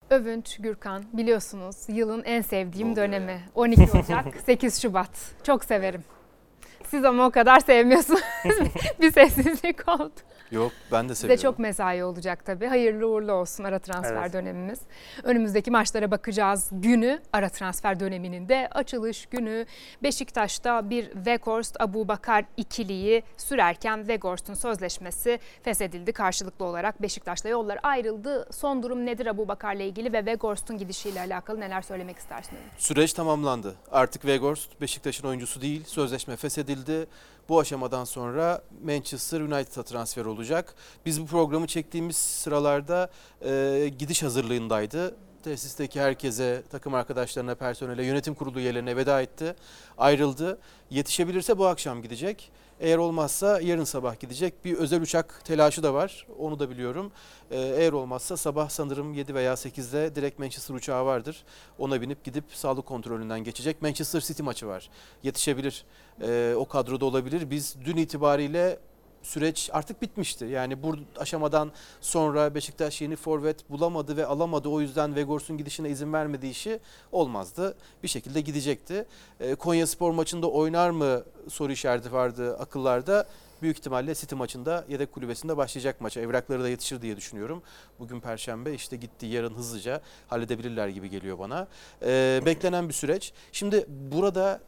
Övünç, Gürkan, biliyorsunuz yılın en sevdiğim dönemi. 12 Ocak, 8 Şubat. Çok severim. Siz ama o kadar sevmiyorsunuz. Bir sessizlik oldu. Yok, ben de seviyorum. Size çok mesai olacak tabii. Hayırlı uğurlu olsun ara transfer dönemimiz. Önümüzdeki maçlara bakacağız. Günü, ara transfer döneminin de açılış günü. Beşiktaş'ta bir Weghorst Abubakar ikiliği sürerken Weghorst'un sözleşmesi feshedildi. Karşılıklı olarak Beşiktaş'la yollar ayrıldı. Son durum nedir Abubakar'la ilgili ve Weghorst'un gidişiyle alakalı neler söylemek istersiniz? Süreç tamamlandı. Artık Weghorst Beşiktaş'ın oyuncusu değil. Sözleşme feshedildi. Bu aşamadan sonra Manchester United'a transfer olacak. Biz bu programı çektiğimiz sıralarda gidiş hazırlığındaydı. Tesisteki herkese, takım arkadaşlarına, personele, yönetim kurulu üyelerine veda etti. Ayrıldı. Yetişebilirse bu akşam gidecek. Eğer olmazsa yarın sabah gidecek. Bir özel uçak telaşı da var. Onu da biliyorum. Eğer olmazsa sabah sanırım 7 veya 8'de direkt Manchester uçağı vardır. Ona binip gidip sağlık kontrolünden geçecek. Manchester City maçı var. Yetişebilir. O kadroda olabilir. Biz dün itibariyle süreç artık bitmişti. Yani bu aşamadan sonra Beşiktaş yeni forvet bulamadı ve alamadı. O yüzden Weghorst'un gidişine izin vermediği işi olmazdı. Bir şekilde gidecekti. Konyaspor maçında oynar mı soru işareti vardı akıllarda. Büyük ihtimalle City maçında yedek kulübesinde başlayacak maça. Evrakları da yetişir diye düşünüyorum. Bugün Perşembe, işte gitti, yarın hızlıca halledebilirler gibi geliyor bana. Beklenen bir süreç. Şimdi burada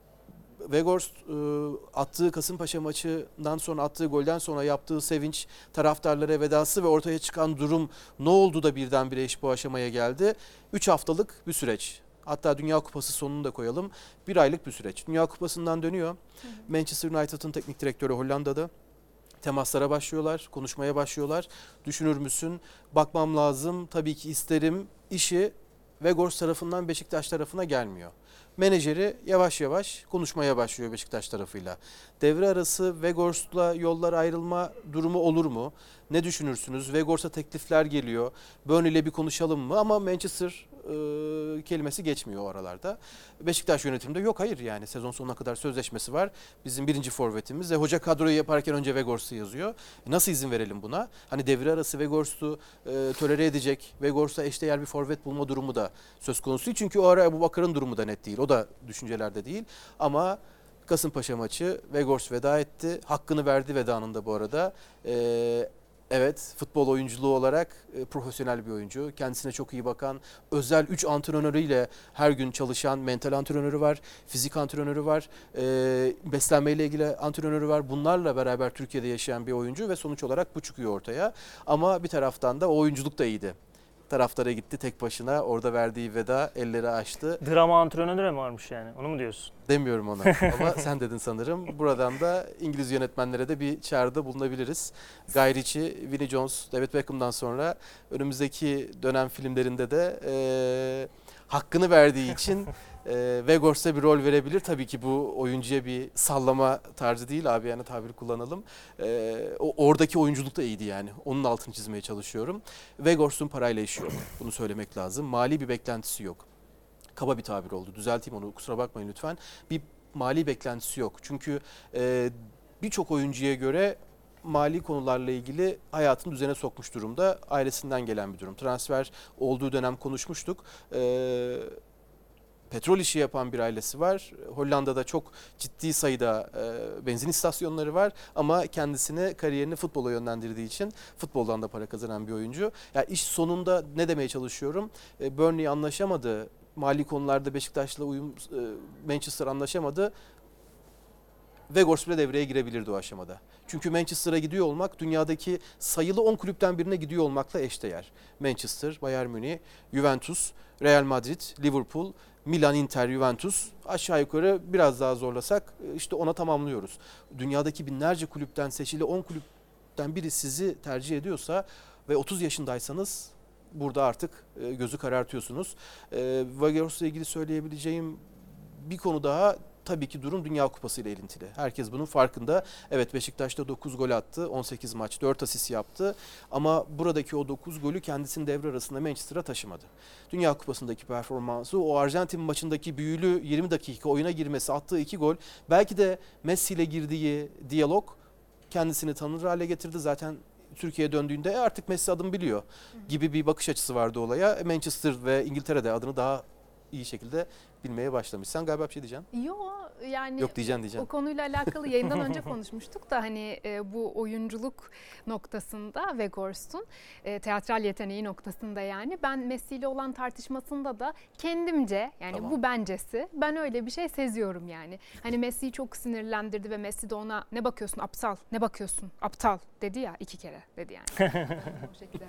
Weghorst attığı Kasımpaşa maçından sonra, attığı golden sonra yaptığı sevinç, taraftarlara vedası ve ortaya çıkan durum ne oldu da birdenbire iş bu aşamaya geldi? 3 haftalık bir süreç. Hatta Dünya Kupası sonunu da koyalım. 1 aylık bir süreç. Dünya Kupası'ndan dönüyor. Manchester United'ın teknik direktörü Hollanda'da. Temaslara başlıyorlar, konuşmaya başlıyorlar. Düşünür müsün? Bakmam lazım, tabii ki isterim. İşi Weghorst tarafından Beşiktaş tarafına gelmiyor. Menajeri yavaş yavaş konuşmaya başlıyor Beşiktaş tarafıyla. Devre arası Weghorst'la yollar ayrılma durumu olur mu? Ne düşünürsünüz? Weghorst'a teklifler geliyor. Burnley ile bir konuşalım mı? Ama Manchester kelimesi geçmiyor o aralarda. Beşiktaş yönetiminde yok, hayır, yani sezon sonuna kadar sözleşmesi var. Bizim birinci forvetimiz ve hoca kadroyu yaparken önce Weghorst'u yazıyor. Nasıl izin verelim buna? Hani devre arası Weghorst'u tolere edecek, Weghorst'a eşdeğer bir forvet bulma durumu da söz konusu. Çünkü o ara Abubakar'ın durumu da net değil. O da düşüncelerde değil. Ama Kasımpaşa maçı Weghorst veda etti. Hakkını verdi vedanın da bu arada. Evet, futbol oyunculuğu olarak profesyonel bir oyuncu. Kendisine çok iyi bakan, özel 3 antrenörüyle her gün çalışan, mental antrenörü var, fizik antrenörü var, beslenmeyle ilgili antrenörü var. Bunlarla beraber Türkiye'de yaşayan bir oyuncu ve sonuç olarak bu çıkıyor ortaya. Ama bir taraftan da o oyunculuk da iyiydi. Taraftara gitti tek başına, orada verdiği veda elleri açtı. Drama antrenörü mü varmış yani, onu mu diyorsun? Demiyorum ona ama sen dedin sanırım. Buradan da İngiliz yönetmenlere de bir çağrıda bulunabiliriz. Guy Ritchie, Vinnie Jones, David Beckham'dan sonra önümüzdeki dönem filmlerinde de hakkını verdiği için Weghorst'a bir rol verebilir. Tabii ki bu oyuncuya bir sallama tarzı değil abi, yani tabiri kullanalım. Oradaki oyunculuk da iyiydi yani. Onun altını çizmeye çalışıyorum. Weghorst'un parayla işi yok. Bunu söylemek lazım. Mali bir beklentisi yok. Kaba bir tabir oldu. Düzelteyim onu, kusura bakmayın lütfen. Bir mali beklentisi yok. Çünkü birçok oyuncuya göre mali konularla ilgili hayatını düzene sokmuş durumda. Ailesinden gelen bir durum. Transfer olduğu dönem konuşmuştuk. Petrol işi yapan bir ailesi var. Hollanda'da çok ciddi sayıda benzin istasyonları var ama kendisini, kariyerini futbola yönlendirdiği için futboldan da para kazanan bir oyuncu. Yani iş sonunda ne demeye çalışıyorum? Burnley anlaşamadı. Mali konularda Beşiktaş'la Manchester anlaşamadı. Weghorst bile devreye girebilirdi o aşamada. Çünkü Manchester'a gidiyor olmak dünyadaki sayılı 10 kulüpten birine gidiyor olmakla eşdeğer. Manchester, Bayern Münih, Juventus, Real Madrid, Liverpool, Milan, Inter, Juventus, aşağı yukarı biraz daha zorlasak işte ona tamamlıyoruz. Dünyadaki binlerce kulüpten seçili 10 kulüpten biri sizi tercih ediyorsa ve 30 yaşındaysanız burada artık gözü karartıyorsunuz. Weghorst'la ilgili söyleyebileceğim bir konu daha, tabii ki durum Dünya Kupası ile ilintili. Herkes bunun farkında. Evet, Beşiktaş'ta 9 gol attı, 18 maç, 4 asist yaptı. Ama buradaki o 9 golü kendisini devre arasında Manchester'a taşımadı. Dünya Kupası'ndaki performansı, o Arjantin maçındaki büyülü 20 dakika oyuna girmesi, attığı 2 gol, belki de Messi ile girdiği diyalog kendisini tanınır hale getirdi. Zaten Türkiye'ye döndüğünde artık Messi adımı biliyor gibi bir bakış açısı vardı olaya. Manchester ve İngiltere'de adını daha iyi şekilde bilmeye başlamış. Sen galiba bir şey diyeceksin. Yok diyeceksin. O konuyla alakalı yayından önce konuşmuştuk da hani bu oyunculuk noktasında Weghorst'un teatral yeteneği noktasında yani ben Messi ile olan tartışmasında da kendimce yani Tamam. bu bencesi ben öyle bir şey seziyorum yani. Hani Messi'yi çok sinirlendirdi ve Messi de ona ne bakıyorsun aptal, ne bakıyorsun aptal dedi ya 2 kere dedi yani. O şekilde.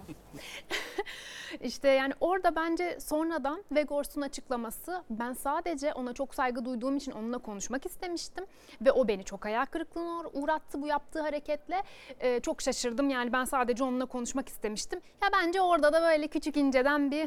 İşte yani orada bence sonradan Weghorst'un açıklaması ben sadece ona çok saygı duyduğum için onunla konuşmak istemiştim ve o beni çok hayal kırıklığına uğrattı bu yaptığı hareketle. Çok şaşırdım yani ben sadece onunla konuşmak istemiştim. Ya bence orada da böyle küçük inceden bir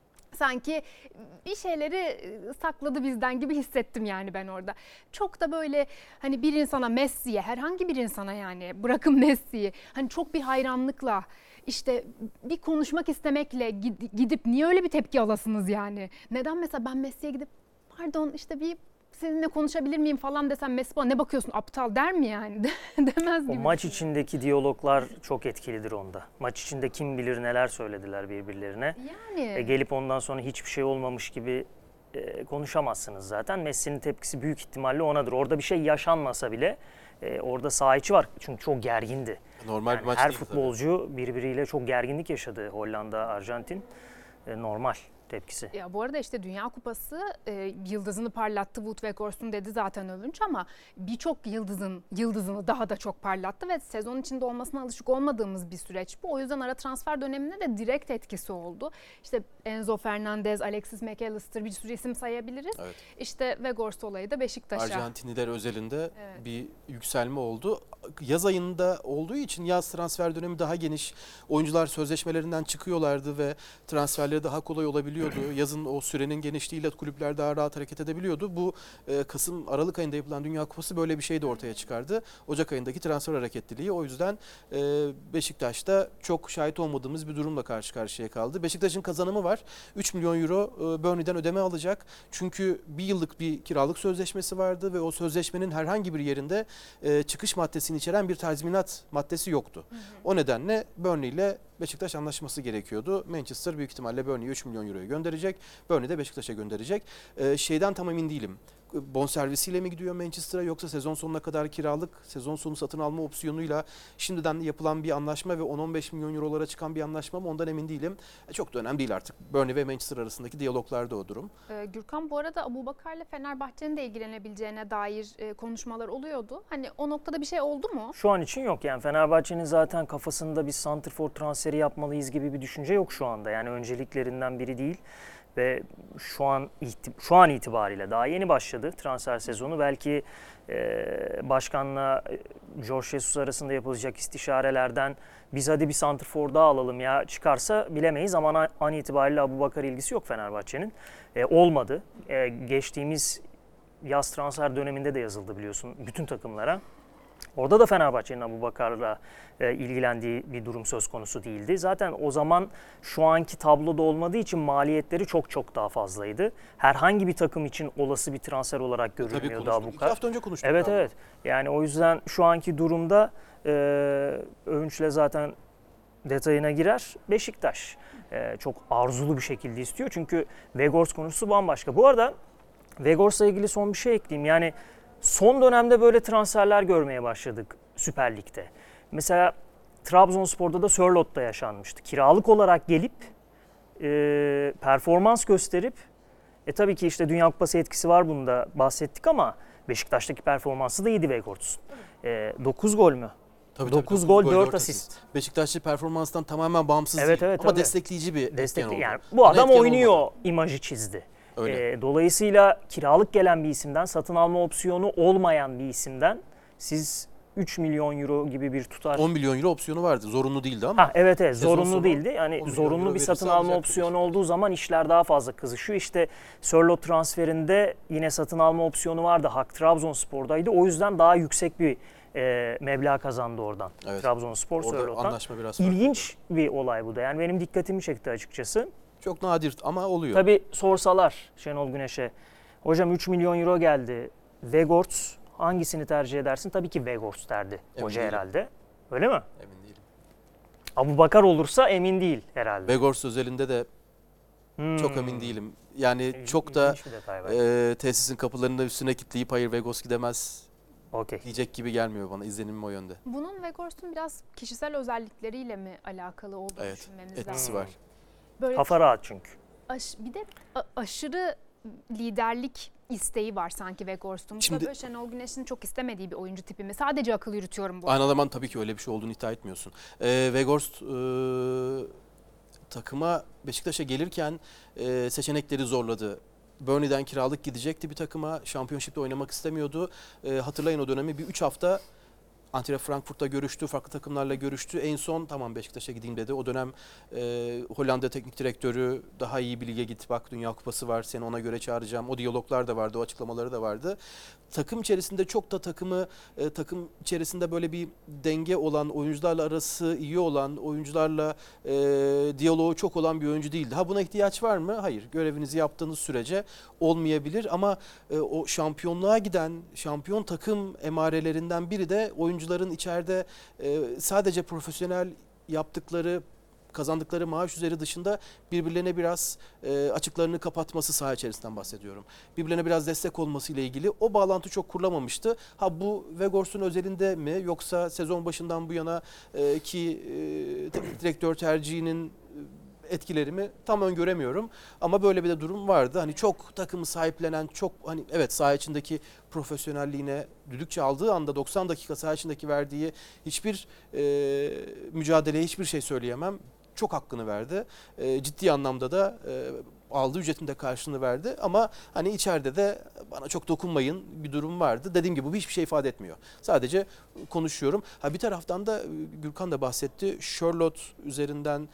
sanki bir şeyleri sakladı bizden gibi hissettim yani ben orada. Çok da böyle hani bir insana Messi'ye herhangi bir insana yani bırakın Messi'yi hani çok bir hayranlıkla işte bir konuşmak istemekle gidip niye öyle bir tepki alasınız yani? Neden mesela ben Messi'ye gidip pardon işte bir seninle konuşabilir miyim falan desem Messi bana ne bakıyorsun aptal der mi yani? Demez gibi. O maç içindeki diyaloglar çok etkilidir onda. Maç içinde kim bilir neler söylediler birbirlerine. Yani. Gelip ondan sonra hiçbir şey olmamış gibi konuşamazsınız zaten. Messi'nin tepkisi büyük ihtimalle onadır. Orada bir şey yaşanmasa bile orada saha içi var. Çünkü çok gergindi. Normal Yani bir maç her değil futbolcu birbiriyle çok gerginlik yaşadı Hollanda, Arjantin. Normal tepkisi. Ya bu arada işte Dünya Kupası yıldızını parlattı. Wout Weghorst'un dedi zaten övünç ama birçok yıldızını daha da çok parlattı ve sezon içinde olmasına alışık olmadığımız bir süreç bu. O yüzden ara transfer döneminde de direkt etkisi oldu. İşte Enzo Fernandez, Alexis McAllister bir sürü isim sayabiliriz. Evet. İşte Weghorst olayı da Beşiktaş'a. Arjantinliler özelinde bir yükselme oldu. Yaz ayında olduğu için yaz transfer dönemi daha geniş. Oyuncular sözleşmelerinden çıkıyorlardı ve transferleri daha kolay olabiliyordu. Yazın o sürenin genişliğiyle kulüpler daha rahat hareket edebiliyordu. Bu Kasım-Aralık ayında yapılan Dünya Kupası böyle bir şey de ortaya çıkardı. Ocak ayındaki transfer hareketliliği. O yüzden Beşiktaş'ta çok şahit olmadığımız bir durumla karşı karşıya kaldı. Beşiktaş'ın kazanımı var. 3 milyon euro Burnley'den ödeme alacak. Çünkü bir yıllık bir kiralık sözleşmesi vardı ve o sözleşmenin herhangi bir yerinde çıkış maddesini içeren bir tazminat maddesi yoktu. O nedenle Burnley ile Beşiktaş anlaşması gerekiyordu. Manchester büyük ihtimalle Burnley'e 3 milyon euroyu gönderecek. Burnley de Beşiktaş'a gönderecek. Şeyden tam emin değilim. Bonservisiyle mi gidiyor Manchester'a yoksa sezon sonuna kadar kiralık, sezon sonu satın alma opsiyonuyla şimdiden yapılan bir anlaşma ve 10-15 milyon eurolara çıkan bir anlaşma mı ondan emin değilim. Çok da önemli değil artık. Burnley ve Manchester arasındaki diyaloglarda o durum. Gürkan bu arada Abubakar'la Fenerbahçe'nin de ilgilenebileceğine dair konuşmalar oluyordu. Hani o noktada bir şey oldu mu? Şu an için yok yani Fenerbahçe'nin zaten kafasında bir santrfor transferi yapmalıyız gibi bir düşünce yok şu anda. Yani önceliklerinden biri değil. Ve şu an itibariyle daha yeni başladı transfer sezonu. Belki başkanla Jorge Jesus arasında yapılacak istişarelerden biz hadi bir santrfor daha alalım ya çıkarsa bilemeyiz ama an itibariyle Abubakar ilgisi yok Fenerbahçe'nin. Olmadı. Geçtiğimiz yaz transfer döneminde de yazıldı biliyorsun bütün takımlara. Orada da Fenerbahçe'nin Abubakar'la ilgilendiği bir durum söz konusu değildi. Zaten o zaman şu anki tabloda olmadığı için maliyetleri çok daha fazlaydı. Herhangi bir takım için olası bir transfer olarak görülmüyordu Abubakar. 2 hafta önce konuştuk. Evet. Yani o yüzden şu anki durumda Övünç'le zaten detayına girer. Beşiktaş çok arzulu bir şekilde istiyor. Çünkü Weghorst konusu bambaşka. Bu arada Weghorst'la ilgili son bir şey ekleyeyim. Yani son dönemde böyle transferler görmeye başladık Süper Lig'de. Mesela Trabzonspor'da da Sörlot'ta yaşanmıştı. Kiralık olarak gelip performans gösterip tabii ki işte Dünya Kupası etkisi var bunda bahsettik ama Beşiktaş'taki performansı da iyiydi Weghorst'un. 9 gol mü? Tabii, 9 gol 4 asist. Beşiktaşlı performanstan tamamen bağımsız Evet, değil ama tabii. destekleyici bir etken oldu. Yani bu adam etken oynuyor olmadı. imajı çizdi. Dolayısıyla kiralık gelen bir isimden, satın alma opsiyonu olmayan bir isimden siz 3 milyon euro gibi bir tutar. 10 milyon euro opsiyonu vardı. Zorunlu değildi ama. Evet zorunlu değildi. Yani zorunlu bir verirse satın alma alacaktır opsiyonu olduğu zaman işler daha fazla kızışıyor. İşte Sörloth transferinde yine satın alma opsiyonu vardı. Hak Trabzonspor'daydı. O yüzden daha yüksek bir meblağ kazandı oradan. Evet. Trabzonspor Sörloth'tan. Orada anlaşma biraz farklı. İlginç bir olay bu da. Yani benim dikkatimi çekti açıkçası. Çok nadir ama oluyor. Tabii sorsalar Şenol Güneş'e, hocam 3 milyon euro geldi, Weghorst hangisini tercih edersin? Tabii ki Weghorst derdi hoca herhalde. Öyle mi? Emin değilim. Abubakar olursa emin değil herhalde. Weghorst özelinde de çok emin değilim. Yani çok da tesisin kapılarını üstüne kilitleyip hayır Weghorst gidemez diyecek gibi gelmiyor bana. İzlenimim o yönde. Bunun Weghorst'un biraz kişisel özellikleriyle mi alakalı olduğunu düşünmemiz lazım? Etkisi var. Böyle Kafa rahat çünkü. bir de aşırı liderlik isteği var sanki Weghorst'un. Bu da böyle Şenol Güneş'in çok istemediği bir oyuncu tipi mi? Sadece akıl yürütüyorum bu. Aynı zamanda tabii ki öyle bir şey olduğunu iddia etmiyorsun. Weghorst takıma Beşiktaş'a gelirken seçenekleri zorladı. Burnley'den kiralık gidecekti bir takıma. Şampiyonşipte oynamak istemiyordu. Hatırlayın o dönemi bir 3 hafta Eintracht Frankfurt'ta görüştü, farklı takımlarla görüştü. En son tamam Beşiktaş'a gideyim dedi. O dönem Hollanda teknik direktörü daha iyi bir lige git bak Dünya Kupası var seni ona göre çağıracağım. O diyaloglar da vardı, o açıklamaları da vardı. Takım içerisinde çok da takım içerisinde böyle bir denge olan, oyuncularla arası iyi olan, oyuncularla diyaloğu çok olan bir oyuncu değildi. Ha buna ihtiyaç var mı? Hayır. Görevinizi yaptığınız sürece olmayabilir ama o şampiyonluğa giden şampiyon takım emarelerinden biri de oyuncuların içeride sadece profesyonel yaptıkları kazandıkları maaş üzeri dışında birbirlerine biraz açıklarını kapatması saha içerisinden bahsediyorum. Birbirlerine biraz destek olması ile ilgili o bağlantı çok kurulamamıştı. Ha bu Weghorst'un özelinde mi yoksa sezon başından bu yana ki teknik direktör tercihinin etkileri mi tam öngöremiyorum. Ama böyle bir de durum vardı. Hani çok takımı sahiplenen, çok hani evet saha içindeki profesyonelliğine düdük çaldığı anda 90 dakika saha içindeki verdiği hiçbir mücadeleye hiçbir şey söyleyemem. Çok hakkını verdi. Ciddi anlamda da aldığı ücretin de karşılığını verdi. Ama hani içeride de bana çok dokunmayın bir durum vardı. Dediğim gibi bu hiçbir şey ifade etmiyor. Sadece konuşuyorum. Ha bir taraftan da Gürkan da bahsetti. Charlotte üzerinden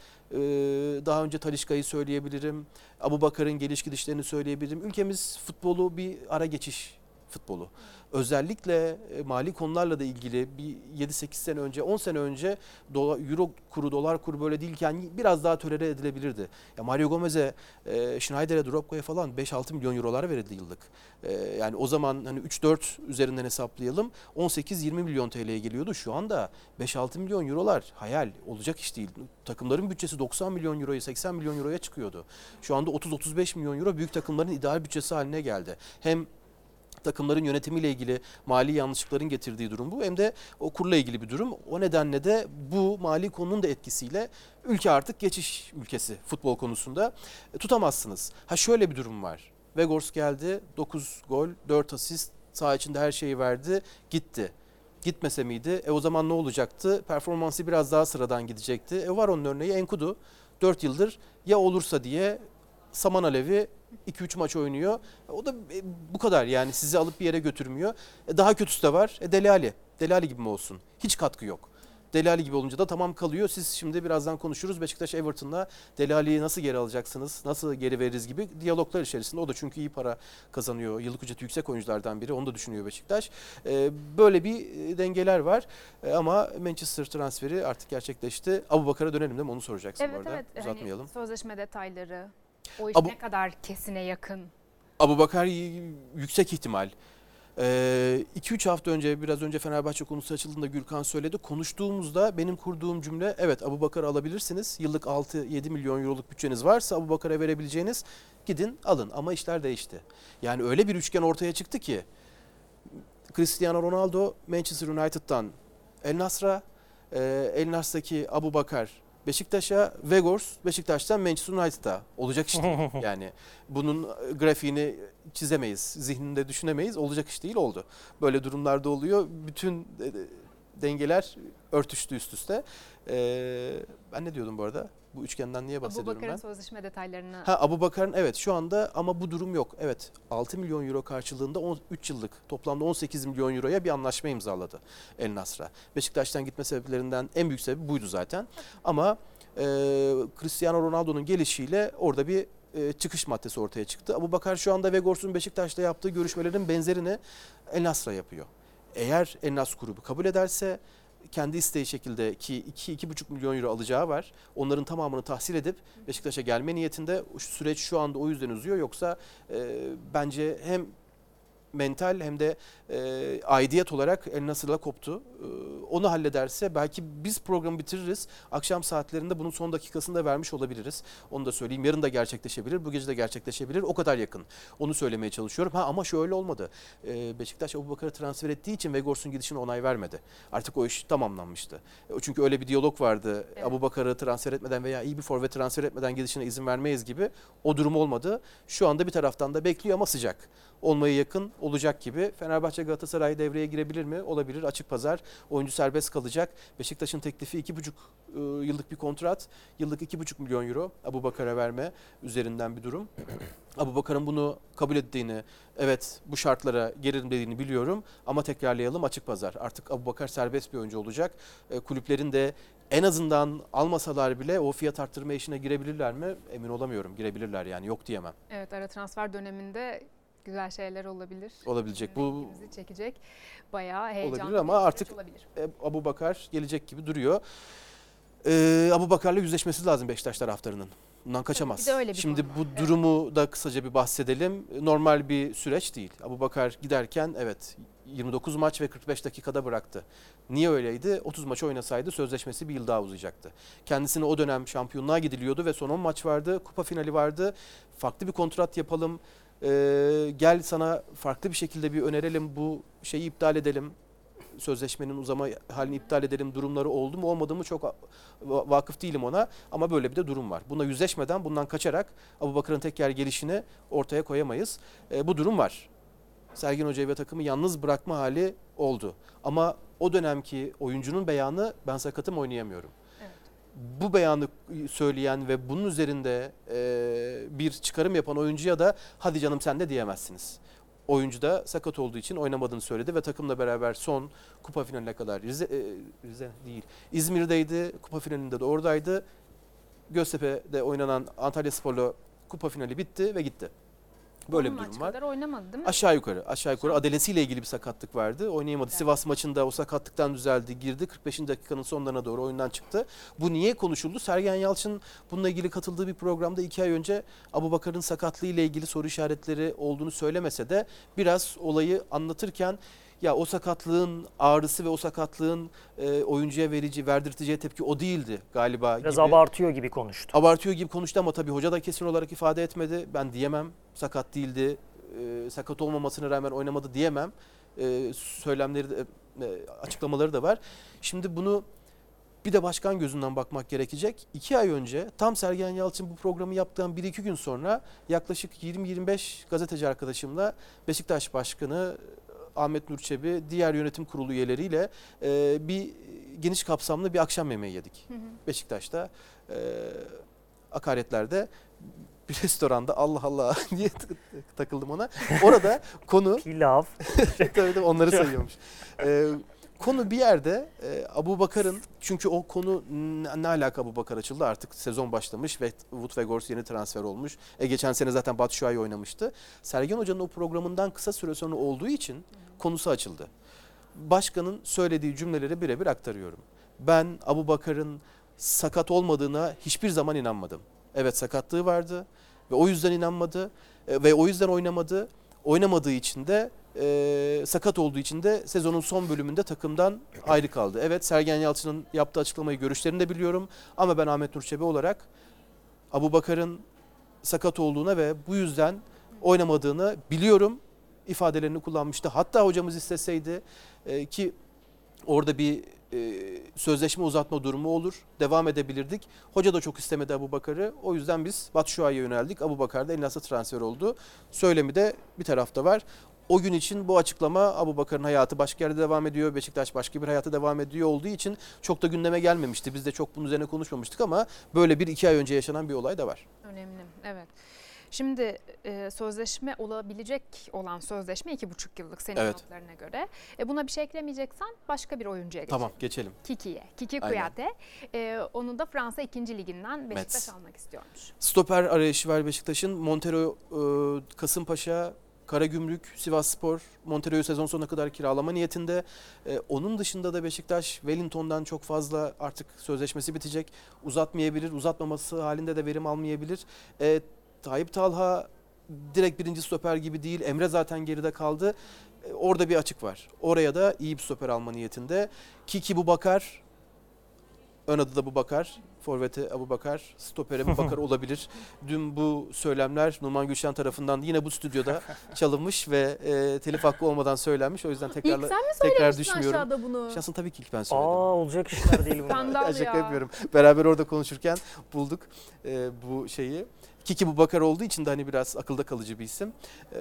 daha önce Talisca'yı söyleyebilirim. Abubakar'ın geliş gidişlerini söyleyebilirim. Ülkemiz futbolu bir ara geçiş futbolu. Özellikle mali konularla da ilgili bir 7-8 sene önce, 10 sene önce euro kuru, dolar kuru böyle değilken biraz daha tolere edilebilirdi. Ya Mario Gomez'e, Schneider'e, Drogba'ya falan 5-6 milyon eurolar verildi yıllık. Yani o zaman hani 3-4 üzerinden hesaplayalım 18-20 milyon TL'ye geliyordu. Şu anda 5-6 milyon eurolar hayal olacak iş değil. Takımların bütçesi 90 milyon euroya 80 milyon euroya çıkıyordu. Şu anda 30-35 milyon euro büyük takımların ideal bütçesi haline geldi. Hem takımların yönetimiyle ilgili mali yanlışlıkların getirdiği durum bu. Hem de o kurla ilgili bir durum. O nedenle de bu mali konunun da etkisiyle ülke artık geçiş ülkesi futbol konusunda tutamazsınız. Ha şöyle bir durum var. Weghorst geldi 9 gol 4 asist saha içinde her şeyi verdi gitti. Gitmese miydi? O zaman ne olacaktı? Performansı biraz daha sıradan gidecekti. Var onun örneği Enkudu 4 yıldır ya olursa diye saman alevi 2-3 maç oynuyor. O da bu kadar yani sizi alıp bir yere götürmüyor. Daha kötüsü de var. Dele Alli. Dele Alli gibi mi olsun? Hiç katkı yok. Dele Alli gibi olunca da tamam kalıyor. Siz şimdi birazdan konuşuruz. Beşiktaş Everton'la Dele Alli'yi nasıl geri alacaksınız? Nasıl geri veririz gibi diyaloglar içerisinde. O da çünkü iyi para kazanıyor. Yıllık ücreti yüksek oyunculardan biri. Onu da düşünüyor Beşiktaş. Böyle bir dengeler var. Ama Manchester transferi artık gerçekleşti. Abubakar'a dönelim değil mi? Onu soracaksın bu arada. Evet. Uzatmayalım. Hani sözleşme detayları. O iş ne kadar kesine yakın? Abubakar yüksek ihtimal. 2-3 hafta önce biraz önce Fenerbahçe konusu açıldığında Gürkan söyledi. Konuştuğumuzda benim kurduğum cümle evet Abubakar'ı alabilirsiniz. Yıllık 6-7 milyon euroluk bütçeniz varsa Abubakar'a verebileceğiniz gidin alın. Ama işler değişti. Yani öyle bir üçgen ortaya çıktı ki Cristiano Ronaldo Manchester United'dan El Nasr'a, El Nasr'daki Abubakar Beşiktaş'a, Weghorst Beşiktaş'tan Manchester United'a olacak iş değil. Yani bunun grafiğini çizemeyiz, zihninde düşünemeyiz. Olacak iş değil oldu. Böyle durumlarda oluyor. Bütün dengeler örtüştü üst üste. Ben ne diyordum bu arada? Bu üçgenden niye bahsediyorum ben? Abubakar'ın sözleşme detaylarını... Abubakar'ın evet şu anda ama bu durum yok. Evet 6 milyon euro karşılığında 3 yıllık toplamda 18 milyon euroya bir anlaşma imzaladı El Nasr'a. Beşiktaş'tan gitme sebeplerinden en büyük sebebi buydu zaten. Ama Cristiano Ronaldo'nun gelişiyle orada bir çıkış maddesi ortaya çıktı. Abubakar şu anda Weghorst'un Beşiktaş'ta yaptığı görüşmelerin benzerini El Nasr'a yapıyor. Eğer El Nasr grubu kabul ederse kendi isteği şekilde ki 2-2,5 milyon euro alacağı var. Onların tamamını tahsil edip Beşiktaş'a gelme niyetinde süreç şu anda o yüzden uzuyor. Yoksa bence hem mental hem de aidiyet olarak El Nasır'la koptu. Onu hallederse belki biz programı bitiririz. Akşam saatlerinde bunun son dakikasını da vermiş olabiliriz. Onu da söyleyeyim. Yarın da gerçekleşebilir, bu gece de gerçekleşebilir. O kadar yakın. Onu söylemeye çalışıyorum. Ama şöyle olmadı. Beşiktaş Abubakar'ı transfer ettiği için Vegors'un gidişine onay vermedi. Artık o iş tamamlanmıştı. Çünkü öyle bir diyalog vardı. Evet. Abubakar'ı transfer etmeden veya iyi bir forvet transfer etmeden gidişine izin vermeyiz gibi. O durum olmadı. Şu anda bir taraftan da bekliyor ama sıcak. Olmaya yakın olacak gibi. Fenerbahçe Galatasaray devreye girebilir mi? Olabilir. Açık pazar. Oyuncu serbest kalacak. Beşiktaş'ın teklifi 2,5 yıllık bir kontrat. Yıllık 2,5 milyon euro Abubakar'a verme üzerinden bir durum. Abubakar'ın bunu kabul ettiğini, evet bu şartlara gelirim dediğini biliyorum ama tekrarlayalım, açık pazar. Artık Abubakar serbest bir oyuncu olacak. Kulüplerin de en azından almasalar bile o fiyat arttırma işine girebilirler mi? Emin olamıyorum. Girebilirler yani, yok diyemem. Evet, ara transfer döneminde güzel şeyler olabilir. Olabilecek. Bu çekecek. Bayağı heyecanlı olabilir ama artık Abubakar gelecek gibi duruyor. Abubakar'la yüzleşmesi lazım Beşiktaş taraftarının. Bundan kaçamaz. Şimdi bu durumu da kısaca bir bahsedelim. Normal bir süreç değil. Abubakar giderken evet 29 maç ve 45 dakikada bıraktı. Niye öyleydi? 30 maç oynasaydı sözleşmesi bir yıl daha uzayacaktı. Kendisine o dönem şampiyonluğa gidiliyordu ve son 10 maç vardı. Kupa finali vardı. Farklı bir kontrat yapalım. Gel sana farklı bir şekilde bir önerelim. Bu şeyi iptal edelim. Sözleşmenin uzama halini iptal edelim durumları oldu mu olmadı mı çok vakıf değilim ona ama böyle bir de durum var. Buna yüzleşmeden bundan kaçarak Abubakar'ın tekrar gelişini ortaya koyamayız. Bu durum var. Sergen Hoca'yı ve takımı yalnız bırakma hali oldu. Ama o dönemki oyuncunun beyanı ben sakatım oynayamıyorum. Evet. Bu beyanı söyleyen ve bunun üzerinde bir çıkarım yapan oyuncuya da hadi canım sen de diyemezsiniz. Oyuncu da sakat olduğu için oynamadığını söyledi ve takımla beraber son kupa finaline kadar Rize değil İzmir'deydi. Kupa finalinde de oradaydı. Göztepe'de oynanan Antalyaspor'la kupa finali bitti ve gitti. Böyle bir durum var. Oynamadı değil mi? Aşağı yukarı adelesiyle ilgili bir sakatlık vardı. Oynayamadı. Evet. Sivas maçında o sakatlıktan düzeldi, girdi. 45. dakikanın sonlarına doğru oyundan çıktı. Bu niye konuşuldu? Sergen Yalçın bununla ilgili katıldığı bir programda 2 ay önce Abubakar'ın sakatlığı ile ilgili soru işaretleri olduğunu söylemese de biraz olayı anlatırken ya o sakatlığın ağrısı ve o sakatlığın oyuncuya verdirteceği tepki o değildi galiba. Biraz abartıyor gibi konuştu. Abartıyor gibi konuştu ama tabii hoca da kesin olarak ifade etmedi. Ben diyemem sakat değildi, sakat olmamasına rağmen oynamadı diyemem. Söylemleri de, açıklamaları da var. Şimdi bunu bir de başkan gözünden bakmak gerekecek. 2 ay önce tam Sergen Yalçın bu programı yaptıktan 1-2 gün sonra yaklaşık 20-25 gazeteci arkadaşımla Beşiktaş Başkanı Ahmet Nur Çebi, diğer yönetim kurulu üyeleriyle bir geniş kapsamlı bir akşam yemeği yedik. Beşiktaş'ta Akaretler'de bir restoranda Allah Allah diye takıldım ona. Orada konu pilav. tabii onları sayıyormuş. Konu bir yerde Abubakar'ın, çünkü o konu ne alaka Abubakar açıldı, artık sezon başlamış ve Wout Weghorst yeni transfer olmuş. Geçen sene zaten Batshuayi oynamıştı. Sergen Hoca'nın o programından kısa süre sonra olduğu için konusu açıldı. Başkanın söylediği cümleleri birebir aktarıyorum. Ben Abubakar'ın sakat olmadığına hiçbir zaman inanmadım. Evet sakatlığı vardı ve o yüzden inanmadı ve o yüzden oynamadı. Oynamadığı için de sakat olduğu için de sezonun son bölümünde takımdan ayrı kaldı. Evet Sergen Yalçın'ın yaptığı açıklamayı, görüşlerini de biliyorum ama ben Ahmet Nur Çebi olarak Abubakar'ın sakat olduğuna ve bu yüzden oynamadığını biliyorum ifadelerini kullanmıştı. Hatta hocamız isteseydi ki orada bir sözleşme uzatma durumu olur. Devam edebilirdik. Hoca da çok istemedi Abubakar'ı. O yüzden biz Batshuayi'ye yöneldik. Abubakar da El Nasır'a transfer oldu. Söylemi de bir tarafta var. O gün için bu açıklama Abubakar'ın hayatı başka yerde devam ediyor. Beşiktaş başka bir hayata devam ediyor olduğu için çok da gündeme gelmemişti. Biz de çok bunun üzerine konuşmamıştık ama böyle 1-2 ay önce yaşanan bir olay da var. Önemli, evet. Şimdi sözleşme olabilecek olan sözleşme 2,5 yıllık senin notlarına göre. Buna bir şey eklemeyeceksen başka bir oyuncuya geçelim. Tamam geçelim. Kiki Kouyaté. Onu da Fransa 2. Liginden Beşiktaş almak istiyormuş. Stoper arayışı var Beşiktaş'ın. Montero, Kasımpaşa, Karagümrük, Sivasspor, Montero'yu sezon sonuna kadar kiralama niyetinde. Onun dışında da Beşiktaş Wellington'dan çok fazla artık sözleşmesi bitecek. Uzatmayabilir. Uzatmaması halinde de verim almayabilir. Tayyip Talha direkt birinci stoper gibi değil. Emre zaten geride kaldı. Orada bir açık var. Oraya da iyi bir stoper alma niyetinde. Kiki Bubakar, ön adı da Abubakar, forvete Abubakar, stopere Abubakar olabilir. Dün bu söylemler Numan Gülşen tarafından yine bu stüdyoda çalınmış ve telif hakkı olmadan söylenmiş. O yüzden İlk sen mi tekrar söylemiştin düşünmüyorum. aşağıda bunu? Şahsen tabii ki ilk ben söyledim. Olacak işler değil bunlar. Skandal Şaka ya. yapıyorum. Beraber orada konuşurken bulduk bu şeyi. Kiki Bubakar olduğu için de hani biraz akılda kalıcı bir isim.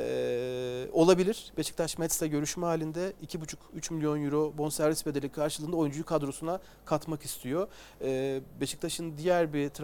Olabilir. Beşiktaş Mets'le görüşme halinde 2,5-3 milyon euro bonservis bedeli karşılığında oyuncuyu kadrosuna katmak istiyor. Beşiktaş'ın diğer bir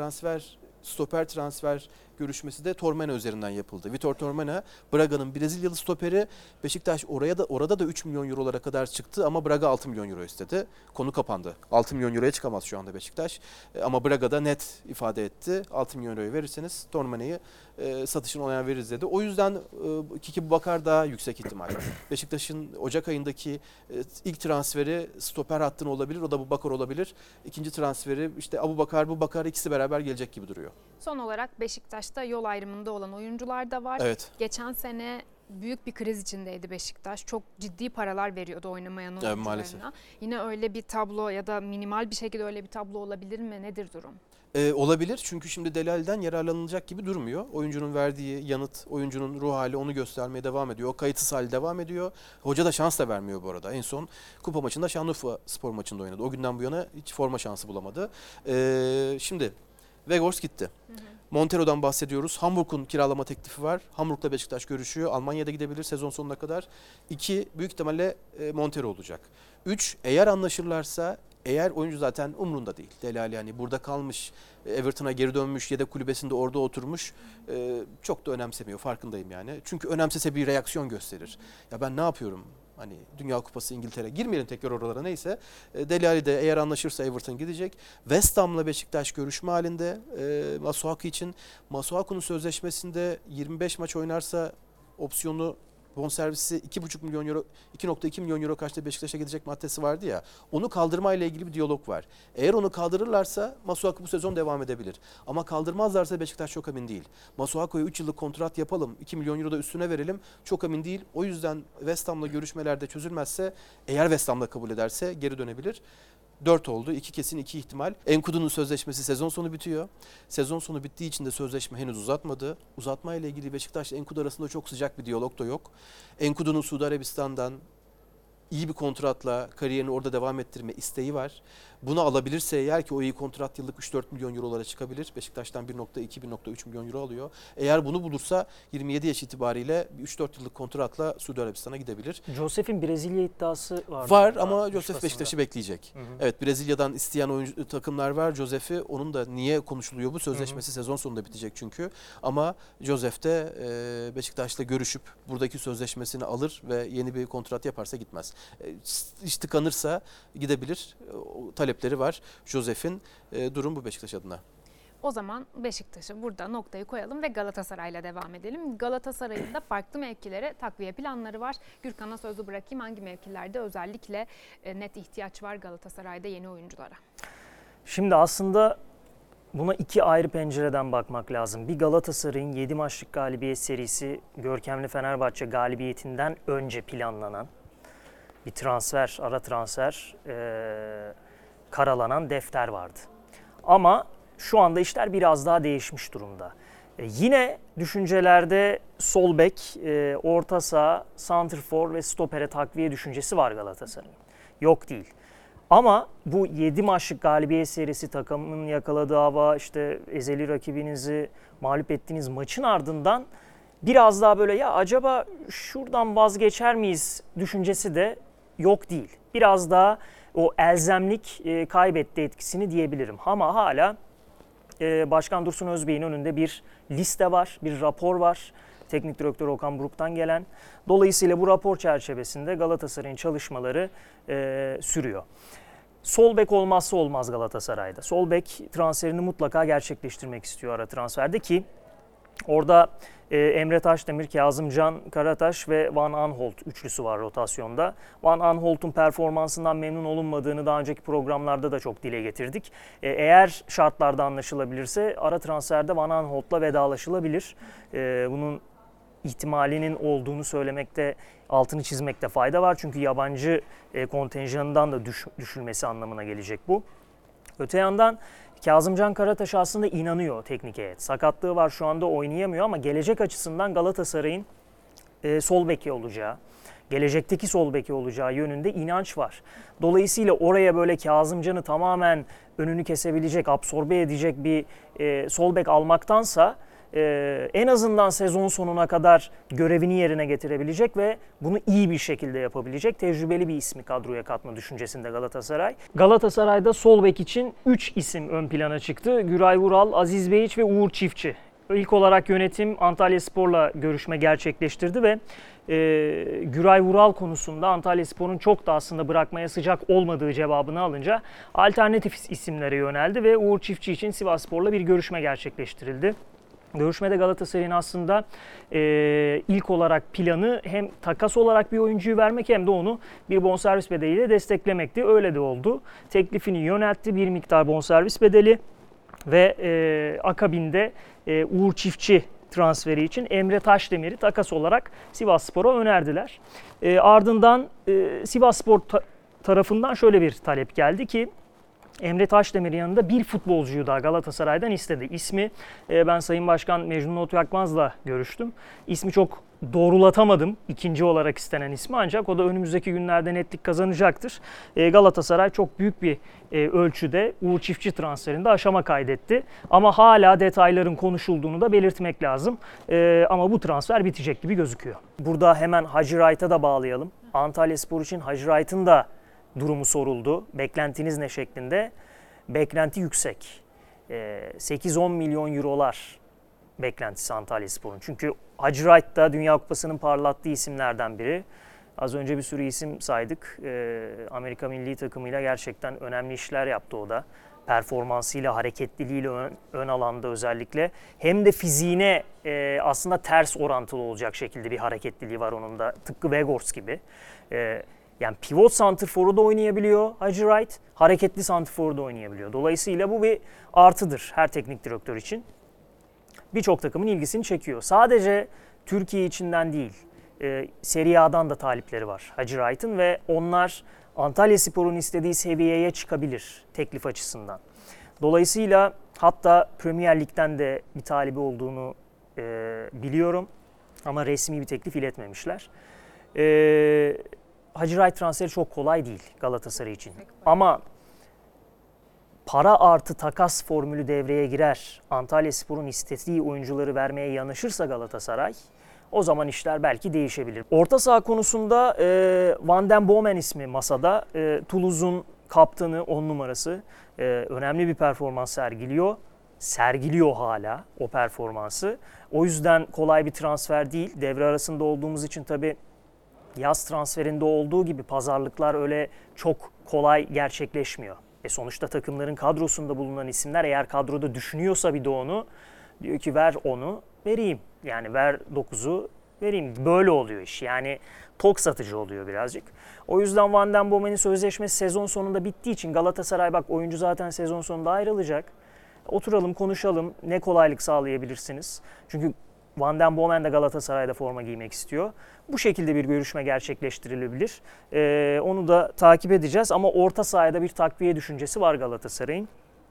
stoper transfer görüşmesi de Tormena üzerinden yapıldı. Vitor Tormena, Braga'nın Brezilyalı stoperi. Beşiktaş orada da 3 milyon eurolara kadar çıktı ama Braga 6 milyon euro istedi. Konu kapandı. 6 milyon euroya çıkamaz şu anda Beşiktaş. Ama Braga'da net ifade etti. 6 milyon euroyu verirseniz Tormena'yı satışın onayını veririz dedi. O yüzden Kiki Bubakar daha yüksek ihtimal. Beşiktaş'ın Ocak ayındaki ilk transferi stoper hattına olabilir. O da Bubakar olabilir. İkinci transferi işte Abubakar ikisi beraber gelecek gibi duruyor. Son olarak Beşiktaş'ta yol ayrımında olan oyuncular da var. Evet. Geçen sene büyük bir kriz içindeydi Beşiktaş. Çok ciddi paralar veriyordu oynamayan oyuncularına. Maalesef. Yine öyle bir tablo ya da minimal bir şekilde öyle bir tablo olabilir mi? Nedir durum? Olabilir çünkü şimdi Delal'den yararlanılacak gibi durmuyor. Oyuncunun verdiği yanıt, oyuncunun ruh hali onu göstermeye devam ediyor. O kayıtsız hali devam ediyor. Hoca da şans da vermiyor bu arada. En son kupa maçında Şanlıurfa Spor maçında oynadı. O günden bu yana hiç forma şansı bulamadı. Şimdi Weghorst gitti. Montero'dan bahsediyoruz. Hamburg'un kiralama teklifi var. Hamburg'la Beşiktaş görüşüyor. Almanya'da gidebilir sezon sonuna kadar. 2 büyük ihtimalle Montero olacak. 3 eğer anlaşırlarsa, eğer oyuncu zaten umrunda değil. Delali yani burada kalmış, Everton'a geri dönmüş, yedek kulübesinde orada oturmuş. Çok da önemsemiyor, farkındayım yani. Çünkü önemsese bir reaksiyon gösterir. Ya ben ne yapıyorum? Hani Dünya Kupası İngiltere, girmeyelim tekrar oralara neyse. Delali de eğer anlaşırsa Everton gidecek. West Ham'la Beşiktaş görüşme halinde Masuaku için. Masuaku'nun sözleşmesinde 25 maç oynarsa opsiyonu, bonservisi 2,5 milyon euro, 2,2 milyon euro karşılığı Beşiktaş'a gidecek maddesi vardı ya. Onu kaldırmayla ilgili bir diyalog var. Eğer onu kaldırırlarsa Masuaku bu sezon devam edebilir. Ama kaldırmazlarsa Beşiktaş çok emin değil. Masuaku'ya 3 yıllık kontrat yapalım, 2 milyon euro da üstüne verelim. Çok emin değil. O yüzden West Ham'la görüşmelerde çözülmezse, eğer West Ham'la kabul ederse geri dönebilir. 4 oldu. 2 kesin, 2 ihtimal. Enkudu'nun sözleşmesi sezon sonu bitiyor. Sezon sonu bittiği için de sözleşme henüz uzatmadı. Uzatma ile ilgili Beşiktaş'la Enkudu arasında çok sıcak bir diyalog da yok. Enkudu'nun Suudi Arabistan'dan iyi bir kontratla kariyerini orada devam ettirme isteği var. Bunu alabilirse eğer, ki o iyi kontrat yıllık 3-4 milyon eurolara çıkabilir. Beşiktaş'tan 1,2-1,3 milyon euro alıyor. Eğer bunu bulursa 27 yaş itibariyle 3-4 yıllık kontratla Suudi Arabistan'a gidebilir. Josef'in Brezilya iddiası var ama Josef Beşiktaş'ı bekleyecek. Hı hı. Evet, Brezilya'dan isteyen oyuncu takımlar var. Josef'i, onun da niye konuşuluyor bu sözleşmesi, sezon sonunda bitecek çünkü. Ama Josef de Beşiktaş'la görüşüp buradaki sözleşmesini alır ve yeni bir kontrat yaparsa gitmez. İş tıkanırsa gidebilir. Talepleri var Josef'in. Durum bu Beşiktaş adına. O zaman Beşiktaş'ı burada noktayı koyalım ve Galatasaray'la devam edelim. Galatasaray'ın da farklı mevkilere takviye planları var. Gürkan'a sözü bırakayım. Hangi mevkilerde özellikle net ihtiyaç var Galatasaray'da yeni oyunculara? Şimdi aslında buna iki ayrı pencereden bakmak lazım. Bir, Galatasaray'ın 7 maçlık galibiyet serisi, görkemli Fenerbahçe galibiyetinden önce planlanan bir transfer, ara transfer, karalanan defter vardı. Ama şu anda işler biraz daha değişmiş durumda. Yine düşüncelerde sol bek, orta saha, santrfor ve stopere takviye düşüncesi var Galatasaray'ın. Yok değil. Ama bu 7 maçlık galibiyet serisi, takımın yakaladığı hava, işte ezeli rakibinizi mağlup ettiğiniz maçın ardından biraz daha böyle ya acaba şuradan vazgeçer miyiz düşüncesi de yok değil. Biraz daha o elzemlik kaybetti etkisini diyebilirim. Ama hala Başkan Dursun Özbey'in önünde bir liste var, bir rapor var. Teknik direktör Okan Buruk'tan gelen. Dolayısıyla bu rapor çerçevesinde Galatasaray'ın çalışmaları sürüyor. Sol bek olmazsa olmaz Galatasaray'da. Sol bek transferini mutlaka gerçekleştirmek istiyor ara transferde ki orada Emre Taşdemir, Kazımcan Karataş ve Van Aanholt üçlüsü var rotasyonda. Van Aanholt'un performansından memnun olunmadığını daha önceki programlarda da çok dile getirdik. Eğer şartlarda anlaşılabilirse ara transferde Van Aanholt'la vedalaşılabilir. Bunun ihtimalinin olduğunu söylemekte, altını çizmekte fayda var. Çünkü yabancı kontenjanından da düşülmesi anlamına gelecek bu. Öte yandan Kazımcan Karataş aslında inanıyor teknik heyet. Sakatlığı var, şu anda oynayamıyor ama gelecek açısından Galatasaray'ın sol beki olacağı, gelecekteki sol beki olacağı yönünde inanç var. Dolayısıyla oraya böyle Kazımcan'ı tamamen önünü kesebilecek, absorbe edecek bir sol bek almaktansa en azından sezon sonuna kadar görevini yerine getirebilecek ve bunu iyi bir şekilde yapabilecek tecrübeli bir ismi kadroya katma düşüncesinde Galatasaray. Galatasaray'da sol bek için 3 isim ön plana çıktı. Güray Vural, Aziz Beyiç ve Uğur Çiftçi. İlk olarak yönetim Antalyaspor'la görüşme gerçekleştirdi ve Güray Vural konusunda Antalyaspor'un çok da aslında bırakmaya sıcak olmadığı cevabını alınca alternatif isimlere yöneldi ve Uğur Çiftçi için Sivasspor'la bir görüşme gerçekleştirildi. Görüşmede Galatasaray'ın aslında ilk olarak planı hem takas olarak bir oyuncuyu vermek hem de onu bir bonservis bedeliyle desteklemekti. Öyle de oldu. Teklifini yöneltti, bir miktar bonservis bedeli ve akabinde Uğur Çiftçi transferi için Emre Taşdemir'i takas olarak Sivasspor'a önerdiler. Ardından Sivasspor tarafından şöyle bir talep geldi ki Emre Taşdemir'in yanında bir futbolcuyu daha Galatasaray'dan istedi. İsmi ben Sayın Başkan Mecnun Otyakmaz'la görüştüm. İsmi çok doğrulatamadım ikinci olarak istenen ismi, ancak o da önümüzdeki günlerde netlik kazanacaktır. Galatasaray çok büyük bir ölçüde Uğur Çiftçi transferinde aşama kaydetti. Ama hala detayların konuşulduğunu da belirtmek lazım. Ama bu transfer bitecek gibi gözüküyor. Burada hemen Hacı Wright'a da bağlayalım. Antalyaspor için Hacı Wright'ın da durumu soruldu. Beklentiniz ne şeklinde? Beklenti yüksek. 8-10 milyon eurolar beklentisi Antalyaspor'un. Çünkü Hacı Wright da Dünya Kupası'nın parlattığı isimlerden biri. Az önce bir sürü isim saydık. Amerika milli takımıyla gerçekten önemli işler yaptı o da. Performansıyla, hareketliliğiyle ön alanda özellikle. Hem de fiziğine aslında ters orantılı olacak şekilde bir hareketliliği var onun da. Tıpkı Weghorst gibi. Yani pivot santrforu da oynayabiliyor Hacı Wright, hareketli santrforu da oynayabiliyor. Dolayısıyla bu bir artıdır her teknik direktör için. Birçok takımın ilgisini çekiyor. Sadece Türkiye içinden değil, Serie A'dan da talipleri var Hacı Wright'ın ve onlar Antalyaspor'un istediği seviyeye çıkabilir teklif açısından. Dolayısıyla hatta Premier Lig'den de bir talibi olduğunu biliyorum ama resmi bir teklif iletmemişler. Hacı Wright transferi çok kolay değil Galatasaray için. Ama para artı takas formülü devreye girer, Antalyaspor'un istediği oyuncuları vermeye yanaşırsa Galatasaray, o zaman işler belki değişebilir. Orta saha konusunda Van den Bomen ismi masada. Toulouse'un kaptanı, 10 numarası. Önemli bir performans sergiliyor. Sergiliyor hala o performansı. O yüzden kolay bir transfer değil. Devre arasında olduğumuz için tabii yaz transferinde olduğu gibi pazarlıklar öyle çok kolay gerçekleşmiyor. Sonuçta takımların kadrosunda bulunan isimler eğer kadroda düşünüyorsa bir de onu, diyor ki ver onu vereyim. Yani ver 9'u vereyim. Böyle oluyor iş. Yani tok satıcı oluyor birazcık. O yüzden Van den Bomen'in sözleşmesi sezon sonunda bittiği için Galatasaray bak oyuncu zaten sezon sonunda ayrılacak. Oturalım konuşalım ne kolaylık sağlayabilirsiniz. Çünkü Van den Bomen de Galatasaray'da forma giymek istiyor. Bu şekilde bir görüşme gerçekleştirilebilir. Onu da takip edeceğiz ama orta sahada bir takviye düşüncesi var Galatasaray'ın.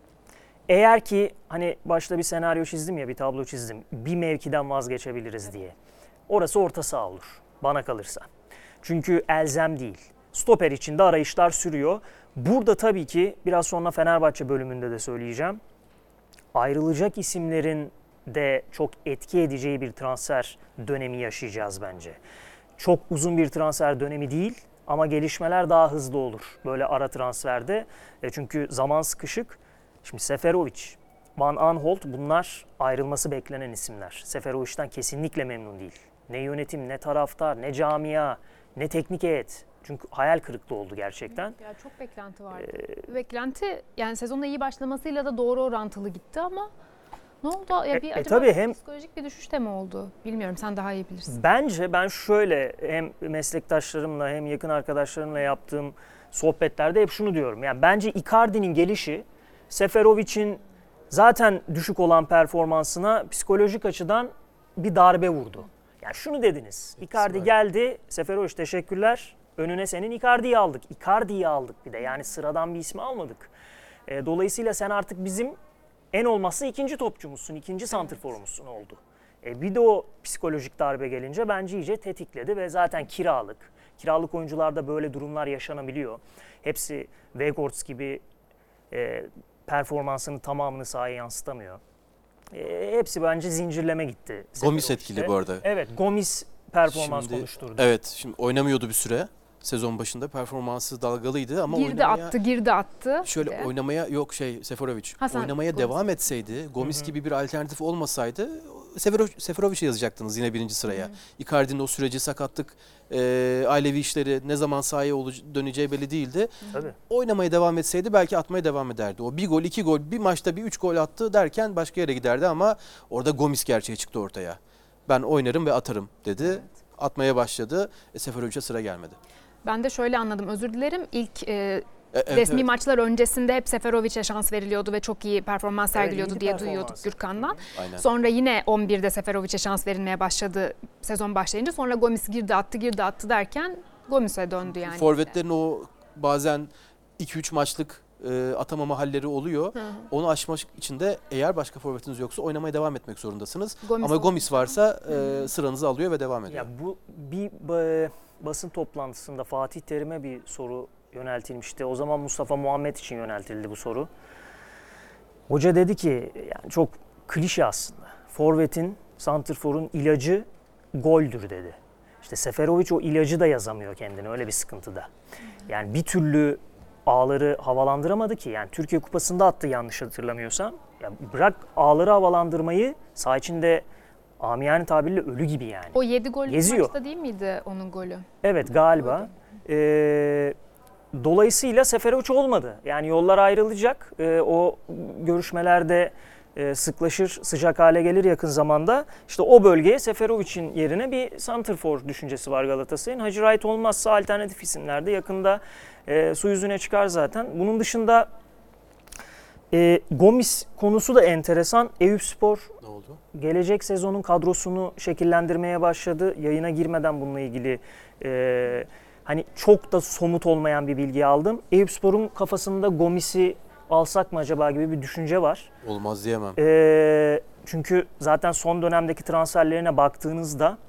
Eğer ki hani başta bir senaryo çizdim ya, bir tablo çizdim. Bir mevkiden vazgeçebiliriz diye. Orası orta saha olur bana kalırsa. Çünkü elzem değil. Stoper için de arayışlar sürüyor. Burada tabii ki biraz sonra Fenerbahçe bölümünde de söyleyeceğim. Ayrılacak isimlerin de çok etki edeceği bir transfer dönemi yaşayacağız bence. Çok uzun bir transfer dönemi değil ama gelişmeler daha hızlı olur böyle ara transferde. Çünkü zaman sıkışık. Şimdi Seferovic, Van Aanholt bunlar ayrılması beklenen isimler. Seferovic'den kesinlikle memnun değil. Ne yönetim, ne taraftar, ne camia, ne teknik heyet. Çünkü hayal kırıklığı oldu gerçekten. Ya çok beklenti vardı. Beklenti yani sezonda iyi başlamasıyla da doğru orantılı gitti ama ne oldu? Ya bir acaba tabii hem psikolojik bir düşüş de mi oldu? Bilmiyorum, sen daha iyi bilirsin. Bence ben şöyle hem meslektaşlarımla hem yakın arkadaşlarımla yaptığım sohbetlerde hep şunu diyorum. Yani bence Icardi'nin gelişi Seferovic'in zaten düşük olan performansına psikolojik açıdan bir darbe vurdu. Yani şunu dediniz. Icardi var. geldi. Seferovic teşekkürler. Önüne senin Icardi'yi aldık. Icardi'yi aldık bir de. Yani sıradan bir ismi almadık. Dolayısıyla sen artık bizim en olmazsa ikinci topçumuzsun, ikinci santrforumuzsun oldu. Bir de o psikolojik darbe gelince bence iyice tetikledi ve zaten kiralık oyuncularda böyle durumlar yaşanabiliyor. Hepsi Weghorst gibi performansının tamamını sahaya yansıtamıyor. Hepsi bence zincirleme gitti. Gomis etkili bu arada. Evet, Gomis performans konuşturdu. Evet, şimdi oynamıyordu bir süre. Sezon başında performansı dalgalıydı ama girdi attı. Şöyle de. oynamaya Seferovic. Oynamaya devam etseydi, Gomis gibi bir alternatif olmasaydı Seferovic'e yazacaktınız yine birinci sıraya. Icardi'nin o süreci, sakatlık, ailevi işleri, ne zaman sahaya döneceği belli değildi. Tabii. Oynamaya devam etseydi belki atmaya devam ederdi. O bir gol, iki gol, bir maçta bir 3 gol attı derken başka yere giderdi ama orada Gomis gerçeği çıktı ortaya. Ben oynarım ve atarım dedi. Evet. Atmaya başladı. Seferovic'e sıra gelmedi. Ben de şöyle anladım, özür dilerim. İlk resmi maçlar öncesinde hep Seferovic'e şans veriliyordu ve çok iyi performans sergiliyordu diye duyuyorduk Gürkan'dan. Aynen. Sonra yine 11'de Seferovic'e şans verilmeye başladı sezon başlayınca. Sonra Gomis girdi attı derken Gomis'e döndü yani. Forvetlerin o bazen 2-3 maçlık atamama halleri oluyor. Onu aşmak için de eğer başka forvetiniz yoksa oynamaya devam etmek zorundasınız. Ama Gomis varsa sıranızı alıyor ve devam ediyor. Ya bu bir basın toplantısında Fatih Terim'e bir soru yöneltilmişti. O zaman Mustafa Muhammed için yöneltildi bu soru. Hoca dedi ki, yani çok klişe aslında. Forvet'in, santrforun ilacı goldür dedi. İşte Seferovic o ilacı da yazamıyor kendine, öyle bir sıkıntıda. Yani bir türlü ağları havalandıramadı ki. Yani Türkiye Kupası'nda attı yanlış hatırlamıyorsam. Ya bırak ağları havalandırmayı, saha içinde amiyane tabirle ölü gibi yani. O 7 gol geziyor. maçta değil miydi onun golü? Evet galiba. Dolayısıyla Seferovic olmadı. Yani yollar ayrılacak. O görüşmelerde sıklaşır, sıcak hale gelir yakın zamanda. İşte o bölgeye Seferovic'in yerine bir santrfor düşüncesi var Galatasaray'ın. Hacı Wright olmazsa alternatif isimlerde yakında su yüzüne çıkar zaten. Bunun dışında Gomis konusu da enteresan. Eyüpspor gelecek sezonun kadrosunu şekillendirmeye başladı. Yayına girmeden bununla ilgili hani çok da somut olmayan bir bilgi aldım. Eyüpspor'un kafasında Gomis'i alsak mı acaba gibi bir düşünce var. Olmaz diyemem. Çünkü zaten son dönemdeki transferlerine baktığınızda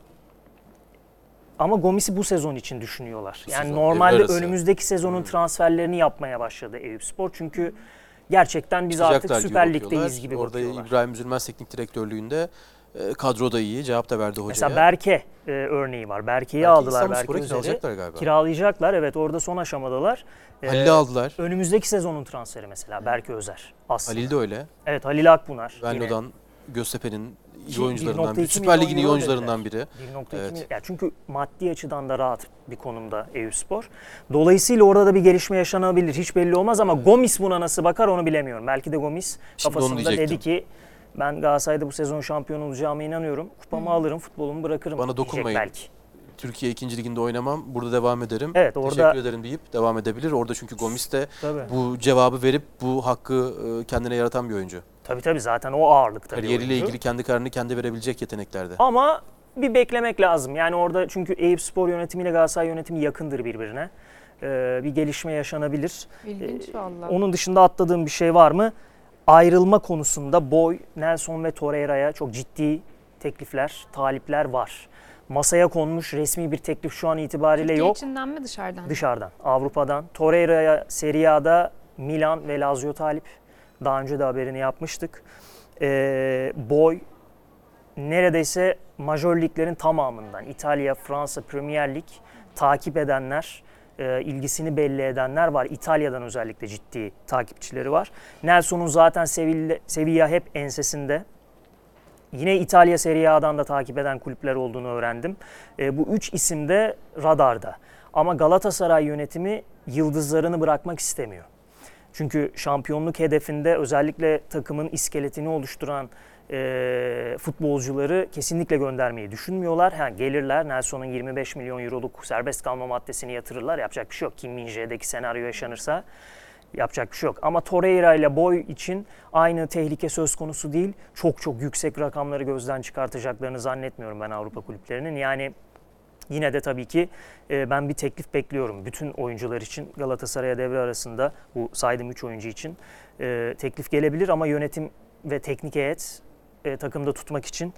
ama Gomis'i bu sezon için düşünüyorlar. Yani normalde önümüzdeki sezonun transferlerini yapmaya başladı Eyüpspor. Çünkü gerçekten biz artık Süper Lig'deyiz gibi bakıyorlar. Orada İbrahim Üzülmez teknik direktörlüğünde kadro da iyi, cevap da verdi hocaya. Mesela Berke örneği var. Berke'yi aldılar. Berke kiralayacaklar galiba. Kiralayacaklar, evet, orada son aşamadalar. Halil'i aldılar. Önümüzdeki sezonun transferi mesela Berke Özer aslında. Halil de öyle. Evet, Halil Akbunar. Venlo'dan, Göztepe'nin iyi oyuncularından biri. Süper Lig'in iyi oyuncularından biri. 1.2 milyon. Yani çünkü maddi açıdan da rahat bir konumda Eyüpspor. Dolayısıyla orada da bir gelişme yaşanabilir. Hiç belli olmaz ama Gomis buna nasıl bakar onu bilemiyorum. Belki de Gomis kafasında dedi ki ben Galatasaray'da bu sezon şampiyon olacağıma inanıyorum. Kupamı alırım, futbolumu bırakırım. Bana dokunmayın. Belki. Türkiye 2. Liginde oynamam, burada devam ederim. Evet, orada teşekkür ederim deyip devam edebilir. Orada çünkü Gomis de bu cevabı verip bu hakkı kendine yaratan bir oyuncu. Tabii zaten o ağırlıkta bir oyuncu. Kariyeriyle ilgili kendi kararını kendi verebilecek yeteneklerde. Ama bir beklemek lazım. Yani orada çünkü Eyüpspor yönetimiyle Galatasaray yönetimi yakındır birbirine. Bir gelişme yaşanabilir. İlginç vallahi. Onun dışında atladığım bir şey var mı? Ayrılma konusunda Boy, Nelson ve Torreira'ya çok ciddi teklifler, talipler var. Masaya konmuş resmi bir teklif şu an itibariyle yok. Türkiye içinden mi dışarıdan? Dışarıdan, Avrupa'dan. Torreira'ya Serie A'da Milan ve Lazio talip. Daha önce de haberini yapmıştık. Boy neredeyse majör liglerin tamamından, İtalya, Fransa, Premier Lig takip edenler, ilgisini belli edenler var. İtalya'dan özellikle ciddi takipçileri var. Nelson'un zaten Sevilla hep ensesinde. Yine İtalya Serie A'dan da takip eden kulüpler olduğunu öğrendim. Bu 3 isim de radarda. Ama Galatasaray yönetimi yıldızlarını bırakmak istemiyor. Çünkü şampiyonluk hedefinde özellikle takımın iskeletini oluşturan futbolcuları kesinlikle göndermeyi düşünmüyorlar. Gelirler, Nelson'un 25 milyon euroluk serbest kalma maddesini yatırırlar. Yapacak bir şey yok. Kim Min-jae'deki senaryo yaşanırsa. Yapacak bir şey yok. Ama Torreira ile Boy için aynı tehlike söz konusu değil. Çok çok yüksek rakamları gözden çıkartacaklarını zannetmiyorum ben Avrupa kulüplerinin. Yani yine de tabii ki ben bir teklif bekliyorum. Bütün oyuncular için Galatasaray'a devre arasında bu saydığım 3 oyuncu için teklif gelebilir ama yönetim ve teknik heyet takımda tutmak için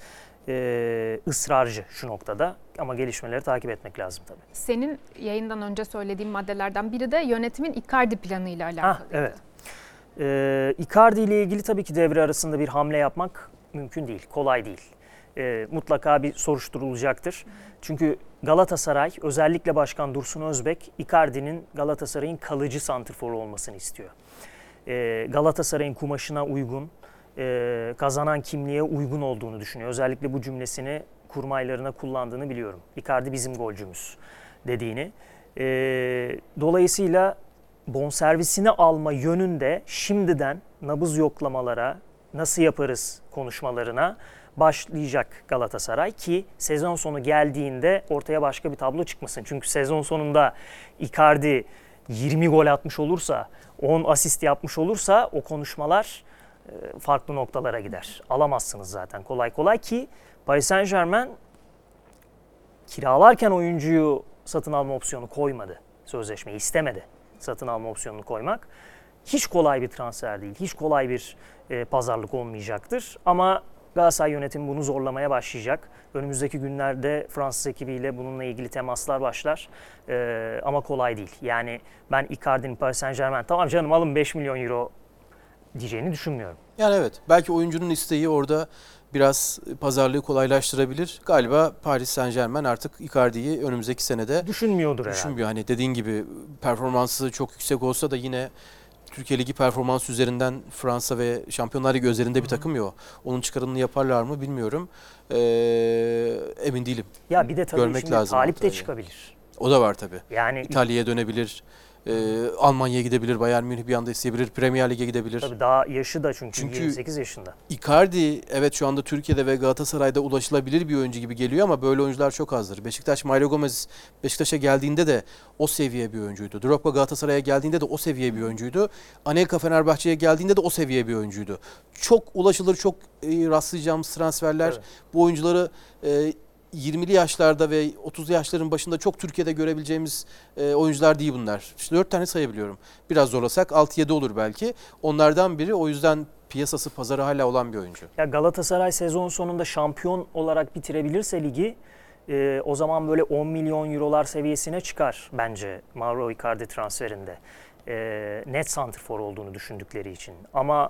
ısrarcı şu noktada ama gelişmeleri takip etmek lazım tabii. Senin yayından önce söylediğin maddelerden biri de yönetimin Icardi planıyla alakalı. Evet. Icardi ile ilgili tabii ki devre arasında bir hamle yapmak mümkün değil, kolay değil. Mutlaka bir soruşturulacaktır. Çünkü Galatasaray, özellikle Başkan Dursun Özbek, Icardi'nin Galatasaray'ın kalıcı santrforu olmasını istiyor. Galatasaray'ın kumaşına uygun, kazanan kimliğe uygun olduğunu düşünüyor. Özellikle bu cümlesini kurmaylarına kullandığını biliyorum. Icardi bizim golcümüz dediğini. Dolayısıyla bonservisini alma yönünde şimdiden nabız yoklamalara, nasıl yaparız konuşmalarına başlayacak Galatasaray ki sezon sonu geldiğinde ortaya başka bir tablo çıkmasın. Çünkü sezon sonunda Icardi 20 gol atmış olursa, 10 asist yapmış olursa o konuşmalar farklı noktalara gider. Alamazsınız zaten kolay kolay ki Paris Saint-Germain kiralarken oyuncuyu satın alma opsiyonu koymadı. Sözleşmeyi istemedi satın alma opsiyonunu koymak. Hiç kolay bir transfer değil, hiç kolay bir pazarlık olmayacaktır. Ama Galatasaray yönetimi bunu zorlamaya başlayacak. Önümüzdeki günlerde Fransız ekibiyle bununla ilgili temaslar başlar. Ama kolay değil. Yani ben Icardi'nin Paris Saint-Germain tamam canım alın 5 milyon euro diyeceğini düşünmüyorum. Yani evet, belki oyuncunun isteği orada biraz pazarlığı kolaylaştırabilir. Galiba Paris Saint-Germain artık Icardi'yi önümüzdeki senede Düşünmüyor. Hani dediğin gibi performansı çok yüksek olsa da yine Türkiye Ligi performans üzerinden Fransa ve Şampiyonlar Ligi üzerinde bir takım yok. Onun çıkarımını yaparlar mı bilmiyorum. Emin değilim. Ya bir de tabii görmek şimdi lazım talip de tabii. çıkabilir. O da var tabii. Yani İtalya'ya dönebilir. Almanya'ya gidebilir, Bayern Münih bir anda isteyebilir, Premier Lig'e gidebilir. tabii daha yaşı da çünkü 28 yaşında. Icardi evet şu anda Türkiye'de ve Galatasaray'da ulaşılabilir bir oyuncu gibi geliyor ama böyle oyuncular çok azdır. Beşiktaş, Mario Gomez Beşiktaş'a geldiğinde de o seviye bir oyuncuydu. Drogba Galatasaray'a geldiğinde de o seviye bir oyuncuydu. Anelka Fenerbahçe'ye geldiğinde de o seviye bir oyuncuydu. Çok ulaşılır, çok rastlayacağımız transferler. Evet. Bu oyuncuları 20'li yaşlarda ve 30'lu yaşların başında çok Türkiye'de görebileceğimiz oyuncular değil bunlar. İşte 4 tane sayabiliyorum. Biraz zorlasak 6-7 olur belki. Onlardan biri, o yüzden piyasası, pazarı hala olan bir oyuncu. Ya Galatasaray sezon sonunda şampiyon olarak bitirebilirse ligi o zaman böyle 10 milyon eurolar seviyesine çıkar bence Mauro Icardi transferinde. Net santrfor olduğunu düşündükleri için. Ama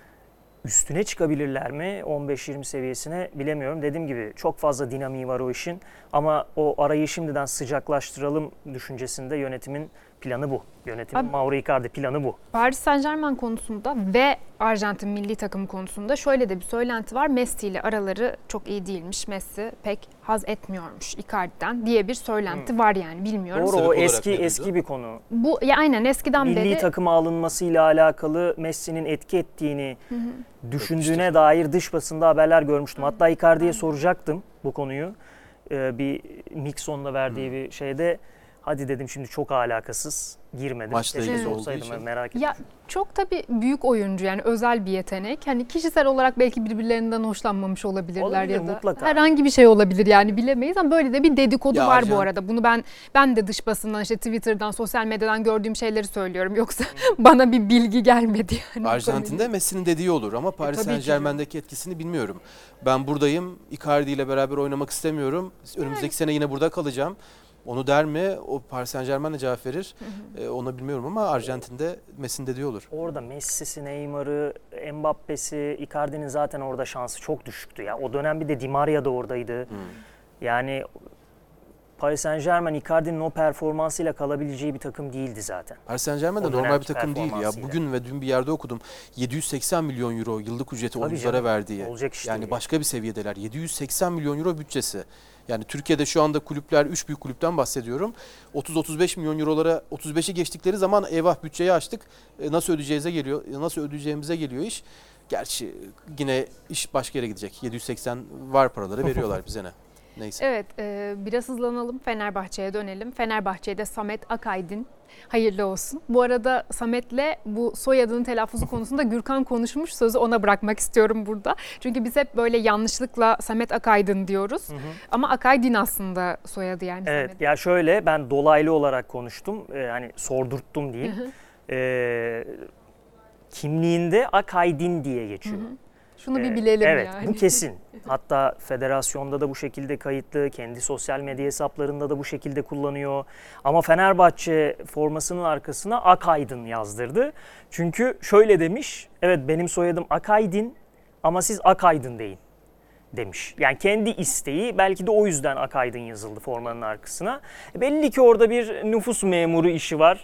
üstüne çıkabilirler mi 15-20 seviyesine bilemiyorum. Dediğim gibi çok fazla dinamiği var o işin ama o arayı şimdiden sıcaklaştıralım düşüncesinde yönetimin planı bu. Yönetimin Mauro Icardi planı bu. Paris Saint-Germain konusunda ve Arjantin milli takımı konusunda şöyle de bir söylenti var. Messi ile araları çok iyi değilmiş. Messi pek haz etmiyormuş Icardi'den diye bir söylenti var yani bilmiyorum. Doğru, o eski bir konu. Bu ya aynen eskiden milli beri milli takıma alınmasıyla alakalı Messi'nin etki ettiğini düşündüğüne dair dış basında haberler görmüştüm. Hatta Icardi'ye soracaktım bu konuyu. Bir Mixon'la verdiği bir şeyde. Hadi dedim şimdi çok alakasız girmedim. Maçla ilgili olsaydım merak ettim. Ya çok tabii büyük oyuncu yani özel bir yetenek. Hani kişisel olarak belki birbirlerinden hoşlanmamış olabilirler olabilir, ya da mutlaka. herhangi bir şey olabilir yani bilemeyiz ama böyle de bir dedikodu ya var bu arada. Bunu ben de dış basından işte Twitter'dan, sosyal medyadan gördüğüm şeyleri söylüyorum. Yoksa bana bir bilgi gelmedi yani. Arjantin'de Messi'nin dediği olur ama Paris Saint-Germain'deki etkisini bilmiyorum. Ben buradayım. Icardi ile beraber oynamak istemiyorum. Önümüzdeki sene yine burada kalacağım. Onu der mi? O Paris Saint-Germain'e cevap verir. Onu bilmiyorum ama Arjantin'de Messi'nin dediği olur. Orada Messi'si, Neymar'ı, Mbappe'si, Icardi'nin zaten orada şansı çok düşüktü ya. O dönem bir de Di Maria da oradaydı. Yani Paris Saint-Germain Icardi'nin o performansıyla kalabileceği bir takım değildi zaten. Paris Saint-Germain de normal bir takım değil ya. Bugün ve dün bir yerde okudum. 780 milyon euro yıllık ücreti oyunculara verdiği. Olacak iş yani değil. Başka bir seviyedeler. 780 milyon euro bütçesi. Yani Türkiye'de şu anda kulüpler, 3 büyük kulüpten bahsediyorum. 30-35 milyon eurolara 35'i geçtikleri zaman eyvah bütçeyi açtık. Nasıl ödeyeceğimize geliyor iş. Gerçi yine iş başka yere gidecek. 780 var paraları veriyorlar bize ne. Neyse. Evet, biraz hızlanalım, Fenerbahçe'ye dönelim. Fenerbahçe'de Samet Akaydın hayırlı olsun. Bu arada Samet'le bu soyadının telaffuzu konusunda Gürkan konuşmuş. Sözü ona bırakmak istiyorum burada. Çünkü biz hep böyle yanlışlıkla Samet Akaydın diyoruz. Ama Akaydın aslında soyadı yani Evet, Samet. ya şöyle ben dolaylı olarak konuştum. Hani sordurttum diyeyim. Kimliğinde Akaydın diye geçiyor. Şunu bir bilelim evet, yani. bu kesin. Hatta federasyonda da bu şekilde kayıtlı, kendi sosyal medya hesaplarında da bu şekilde kullanıyor. Ama Fenerbahçe formasının arkasına Akaydın yazdırdı. Çünkü şöyle demiş, evet benim soyadım Akaydın ama siz Akaydın deyin demiş. Yani kendi isteği, belki de o yüzden Akaydın yazıldı formanın arkasına. Belli ki orada bir nüfus memuru işi var.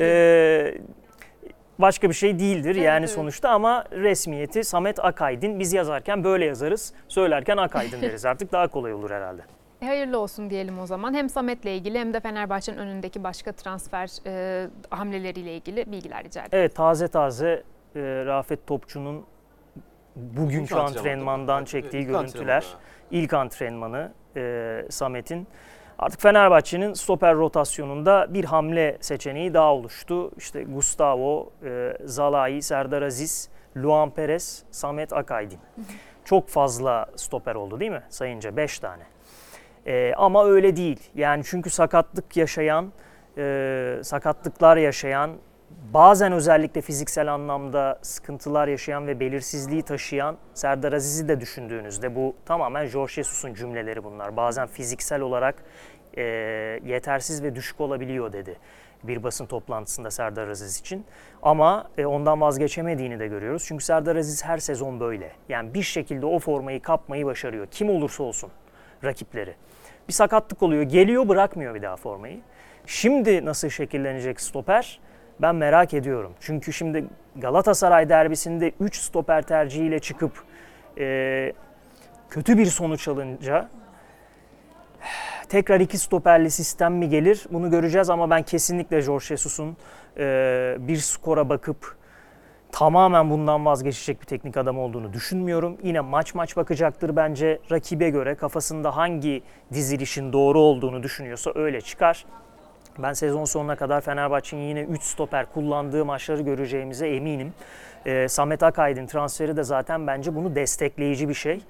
Başka bir şey değildir yani sonuçta, ama resmiyeti Samet Akaydın. Biz yazarken böyle yazarız, söylerken Akaydın deriz artık, daha kolay olur herhalde. Hayırlı olsun diyelim o zaman. Hem Samet'le ilgili hem de Fenerbahçe'nin önündeki başka transfer hamleleriyle ilgili bilgiler rica ederim. Evet, taze Rafet Topçu'nun bugünkü antrenmandan çektiği görüntüler. İlk antrenmanı Samet'in. Artık Fenerbahçe'nin stoper rotasyonunda bir hamle seçeneği daha oluştu. İşte Gustavo, Zalai, Serdar Aziz, Luan Perez, Samet Akaydın. Çok fazla stoper oldu değil mi sayınca? 5 tane. Ama öyle değil. Yani çünkü sakatlıklar yaşayan, bazen özellikle fiziksel anlamda sıkıntılar yaşayan ve belirsizliği taşıyan Serdar Aziz'i de düşündüğünüzde, bu tamamen Jorge Jesus'un cümleleri bunlar. Bazen fiziksel olarak yetersiz ve düşük olabiliyor dedi bir basın toplantısında Serdar Aziz için. Ama ondan vazgeçemediğini de görüyoruz. Çünkü Serdar Aziz her sezon böyle. Yani bir şekilde o formayı kapmayı başarıyor. Kim olursa olsun rakipleri. Bir sakatlık oluyor, geliyor, bırakmıyor bir daha formayı. Şimdi nasıl şekillenecek stoper? Ben merak ediyorum. Çünkü şimdi Galatasaray derbisinde 3 stoper tercihiyle çıkıp kötü bir sonuç alınca tekrar 2 stoperli sistem mi gelir? Bunu göreceğiz, ama ben kesinlikle Jorge Jesus'un bir skora bakıp tamamen bundan vazgeçecek bir teknik adam olduğunu düşünmüyorum. Yine maç bakacaktır bence. Rakibe göre kafasında hangi dizilişin doğru olduğunu düşünüyorsa öyle çıkar. Ben sezon sonuna kadar Fenerbahçe'nin yine 3 stoper kullandığı maçları göreceğimize eminim. Samet Akaydın transferi de zaten bence bunu destekleyici bir şey.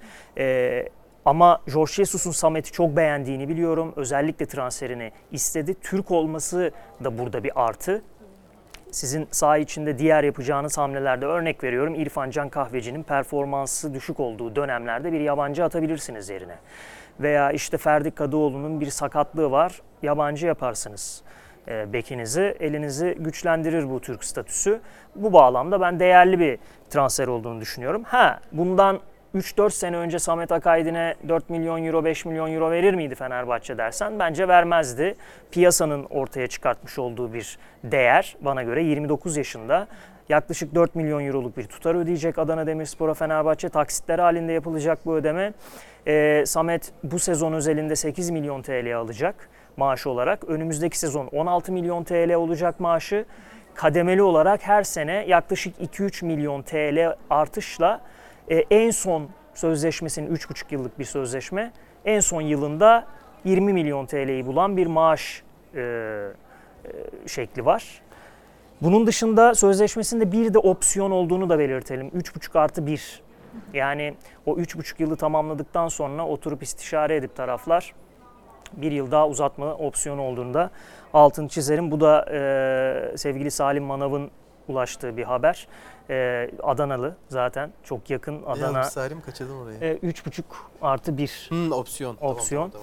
Ama Jorge Jesus'un Samet'i çok beğendiğini biliyorum. Özellikle transferini istedi. Türk olması da burada bir artı. Sizin saha içinde diğer yapacağınız hamlelerde, örnek veriyorum, İrfan Can Kahveci'nin performansı düşük olduğu dönemlerde bir yabancı atabilirsiniz yerine. Veya işte Ferdi Kadıoğlu'nun bir sakatlığı var, yabancı yaparsınız bekinizi, elinizi güçlendirir bu Türk statüsü. Bu bağlamda ben değerli bir transfer olduğunu düşünüyorum. Bundan 3-4 sene önce Samet Akaydın'a 4 milyon euro, 5 milyon euro verir miydi Fenerbahçe dersen, bence vermezdi. Piyasanın ortaya çıkartmış olduğu bir değer, bana göre 29 yaşında. Yaklaşık 4 milyon euroluk bir tutar ödeyecek Adana Demirspor'a Fenerbahçe. Taksitler halinde yapılacak bu ödeme. Samet bu sezon özelinde 8 milyon TL alacak maaşı olarak. Önümüzdeki sezon 16 milyon TL olacak maaşı. Kademeli olarak her sene yaklaşık 2-3 milyon TL artışla en son sözleşmesinin 3,5 yıllık bir sözleşme, en son yılında 20 milyon TL'yi bulan bir maaş şekli var. Bunun dışında sözleşmesinde bir de opsiyon olduğunu da belirtelim. 3,5+1. Yani o 3,5 yılı tamamladıktan sonra oturup istişare edip taraflar bir yıl daha uzatma opsiyonu olduğunu da altını çizerim. Bu da sevgili Salim Manav'ın ulaştığı bir haber. Adanalı zaten, çok yakın Adana. Salim, kaçırdın orayı. 3,5+1. Opsiyon. Tamam.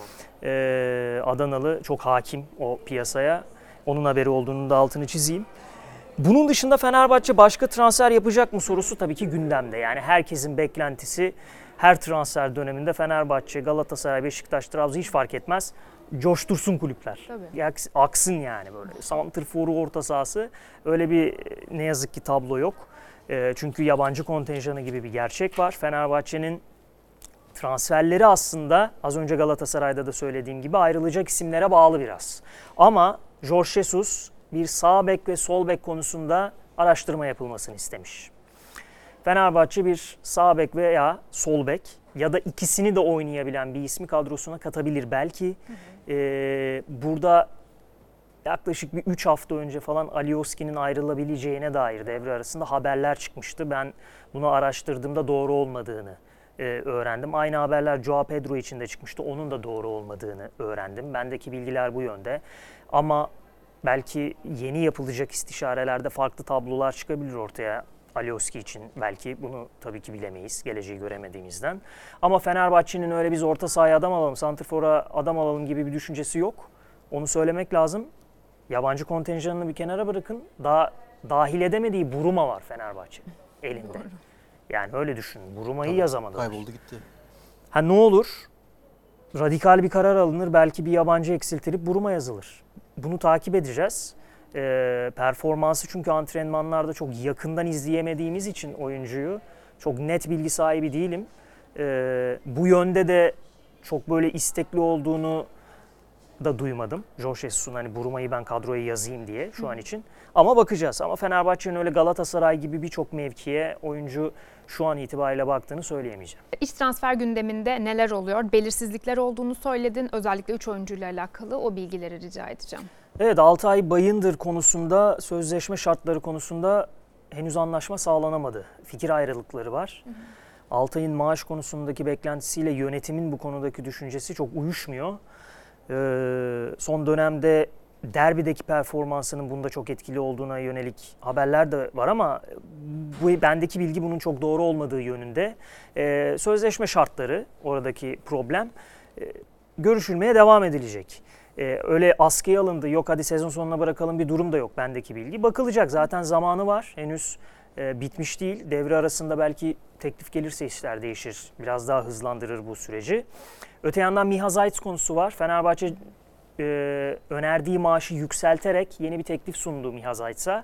Adanalı çok hakim o piyasaya. Onun haberi olduğunu da altını çizeyim. Bunun dışında Fenerbahçe başka transfer yapacak mı sorusu tabii ki gündemde. Yani herkesin beklentisi, her transfer döneminde Fenerbahçe, Galatasaray, Beşiktaş, Trabzon hiç fark etmez, coştursun kulüpler. Aksın yani böyle. Santrforu, orta sahası, öyle bir ne yazık ki tablo yok. Çünkü yabancı kontenjanı gibi bir gerçek var. Fenerbahçe'nin transferleri aslında az önce Galatasaray'da da söylediğim gibi ayrılacak isimlere bağlı biraz. Ama Jorge Jesus bir sağ bek ve sol bek konusunda araştırma yapılmasını istemiş. Fenerbahçe bir sağ bek veya sol bek ya da ikisini de oynayabilen bir ismi kadrosuna katabilir belki. Burada yaklaşık bir 3 hafta önce falan Alioski'nin ayrılabileceğine dair devre arasında haberler çıkmıştı. Ben bunu araştırdığımda doğru olmadığını öğrendim. Aynı haberler Joao Pedro için de çıkmıştı. Onun da doğru olmadığını öğrendim. Bendeki bilgiler bu yönde. Ama belki yeni yapılacak istişarelerde farklı tablolar çıkabilir ortaya Alioski için. Belki bunu tabii ki bilemeyiz geleceği göremediğimizden. Ama Fenerbahçe'nin öyle biz orta sahaya adam alalım, santrfora adam alalım gibi bir düşüncesi yok. Onu söylemek lazım. Yabancı kontenjanını bir kenara bırakın. Daha dahil edemediği Buruma var Fenerbahçe elinde. Doğru. Yani öyle düşünün. Buruma'yı yazamadılar. Kayboldu gitti. Ha ne olur? Radikal bir karar alınır. Belki bir yabancı eksiltilip Buruma yazılır. Bunu takip edeceğiz. Performansı çünkü antrenmanlarda çok yakından izleyemediğimiz için oyuncuyu çok net bilgi sahibi değilim. Bu yönde de çok böyle istekli olduğunu da duymadım. Jorge Jesus'un hani Buruma'yı ben kadroya yazayım diye şu an için. Ama bakacağız. Ama Fenerbahçe'nin öyle Galatasaray gibi birçok mevkiye oyuncu şu an itibariyle baktığını söyleyemeyeceğim. İç transfer gündeminde neler oluyor? Belirsizlikler olduğunu söyledin. Özellikle 3 oyuncuyla alakalı o bilgileri rica edeceğim. Evet, Altay Bayındır konusunda, sözleşme şartları konusunda henüz anlaşma sağlanamadı. Fikir ayrılıkları var. Altay'ın maaş konusundaki beklentisiyle yönetimin bu konudaki düşüncesi çok uyuşmuyor. Son dönemde derbideki performansının bunda çok etkili olduğuna yönelik haberler de var ama bendeki bilgi bunun çok doğru olmadığı yönünde. Sözleşme şartları oradaki problem, görüşülmeye devam edilecek. Öyle askıya alındı, yok hadi sezon sonuna bırakalım bir durum da yok bendeki bilgi. Bakılacak, zaten zamanı var, henüz bitmiş değil. Devre arasında belki teklif gelirse işler değişir, biraz daha hızlandırır bu süreci. Öte yandan Miha Zayt konusu var. Fenerbahçe önerdiği maaşı yükselterek yeni bir teklif sundu Miha Zayt'a.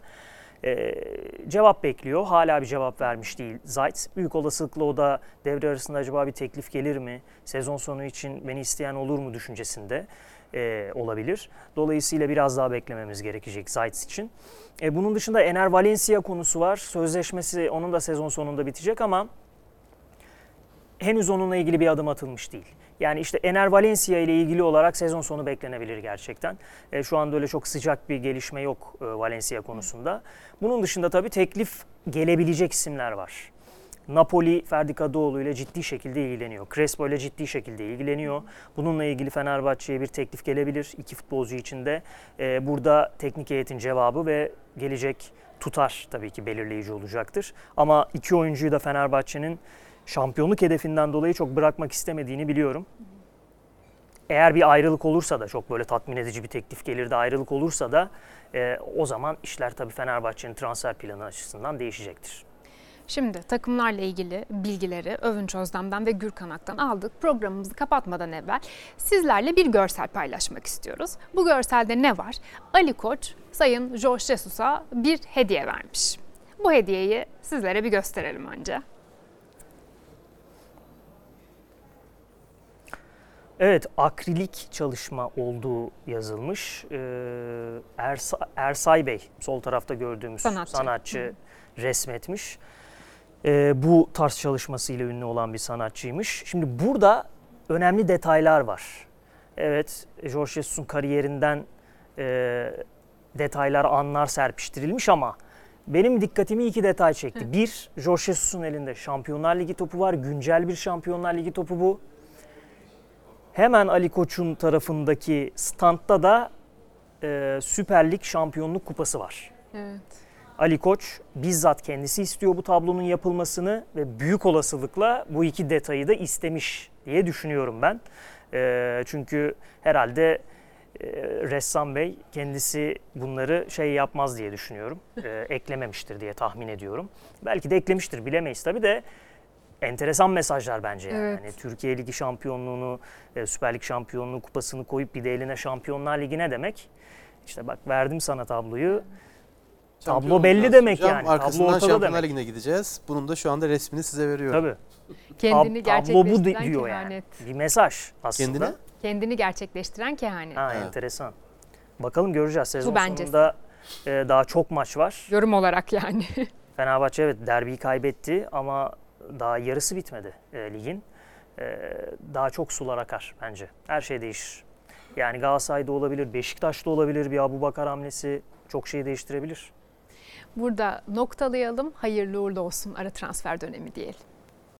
Cevap bekliyor. Hala bir cevap vermiş değil Zayt. Büyük olasılıkla o da devre arasında acaba bir teklif gelir mi? Sezon sonu için beni isteyen olur mu düşüncesinde olabilir. Dolayısıyla biraz daha beklememiz gerekecek Zayt için. Bunun dışında Ener Valencia konusu var. Sözleşmesi onun da sezon sonunda bitecek ama henüz onunla ilgili bir adım atılmış değil. Yani işte Ener Valencia ile ilgili olarak sezon sonu beklenebilir gerçekten. Şu anda öyle çok sıcak bir gelişme yok Valencia konusunda. Bunun dışında tabii teklif gelebilecek isimler var. Napoli, Ferdi Kadıoğlu ile ciddi şekilde ilgileniyor. Crespo ile ciddi şekilde ilgileniyor. Bununla ilgili Fenerbahçe'ye bir teklif gelebilir. İki futbolcu için de. Burada teknik heyetin cevabı ve gelecek tutar tabii ki belirleyici olacaktır. Ama iki oyuncuyu da Fenerbahçe'nin şampiyonluk hedefinden dolayı çok bırakmak istemediğini biliyorum. Eğer bir ayrılık olursa da, çok böyle tatmin edici bir teklif gelir de ayrılık olursa da o zaman işler tabii Fenerbahçe'nin transfer planı açısından değişecektir. Şimdi takımlarla ilgili bilgileri Övünç Özdem'den ve Gürkan Ak'tan aldık. Programımızı kapatmadan evvel sizlerle bir görsel paylaşmak istiyoruz. Bu görselde ne var? Ali Koç, Sayın Jorge Jesus'a bir hediye vermiş. Bu hediyeyi sizlere bir gösterelim önce. Evet, akrilik çalışma olduğu yazılmış. Ersay Bey, sol tarafta gördüğümüz sanatçı resmetmiş. Bu tarz çalışmasıyla ünlü olan bir sanatçıymış. Şimdi burada önemli detaylar var. Evet, Jorge Jesus'un kariyerinden detaylar, anlar serpiştirilmiş ama benim dikkatimi iki detay çekti. Bir, Jorge Jesus'un elinde Şampiyonlar Ligi topu var. Güncel bir Şampiyonlar Ligi topu bu. Hemen Ali Koç'un tarafındaki standta da Süper Lig Şampiyonluk Kupası var. Evet. Ali Koç bizzat kendisi istiyor bu tablonun yapılmasını ve büyük olasılıkla bu iki detayı da istemiş diye düşünüyorum ben. Çünkü herhalde ressam bey kendisi bunları yapmaz diye düşünüyorum. Eklememiştir diye tahmin ediyorum. Belki de eklemiştir, bilemeyiz tabii de. Enteresan mesajlar bence yani. Evet. Yani Türkiye Ligi şampiyonluğunu, Süper Lig şampiyonluğu kupasını koyup bir de eline Şampiyonlar Ligi ne demek? İşte bak, verdim sana tabloyu. Tablo belli demek yani. Arkasından Tablo ortada Şampiyonlar demek. Ligi'ne gideceğiz. Bunun da şu anda resmini size veriyorum. Tabii. Kendini Tablo bu gerçekleştiren diyor kehanet. yani. Bir mesaj aslında. Kendine? Kendini gerçekleştiren kehanet. Ha, Evet. enteresan. Bakalım, göreceğiz. Sezon bencesi. sonunda daha çok maç var. Yorum olarak yani. Fenerbahçe evet derbiyi kaybetti ama daha yarısı bitmedi ligin. daha çok sular akar bence. Her şey değişir. Yani Galatasaray'da olabilir, Beşiktaş'ta olabilir, bir Abubakar hamlesi çok şey değiştirebilir. Burada noktalayalım. Hayırlı uğurlu olsun ara transfer dönemi diyelim.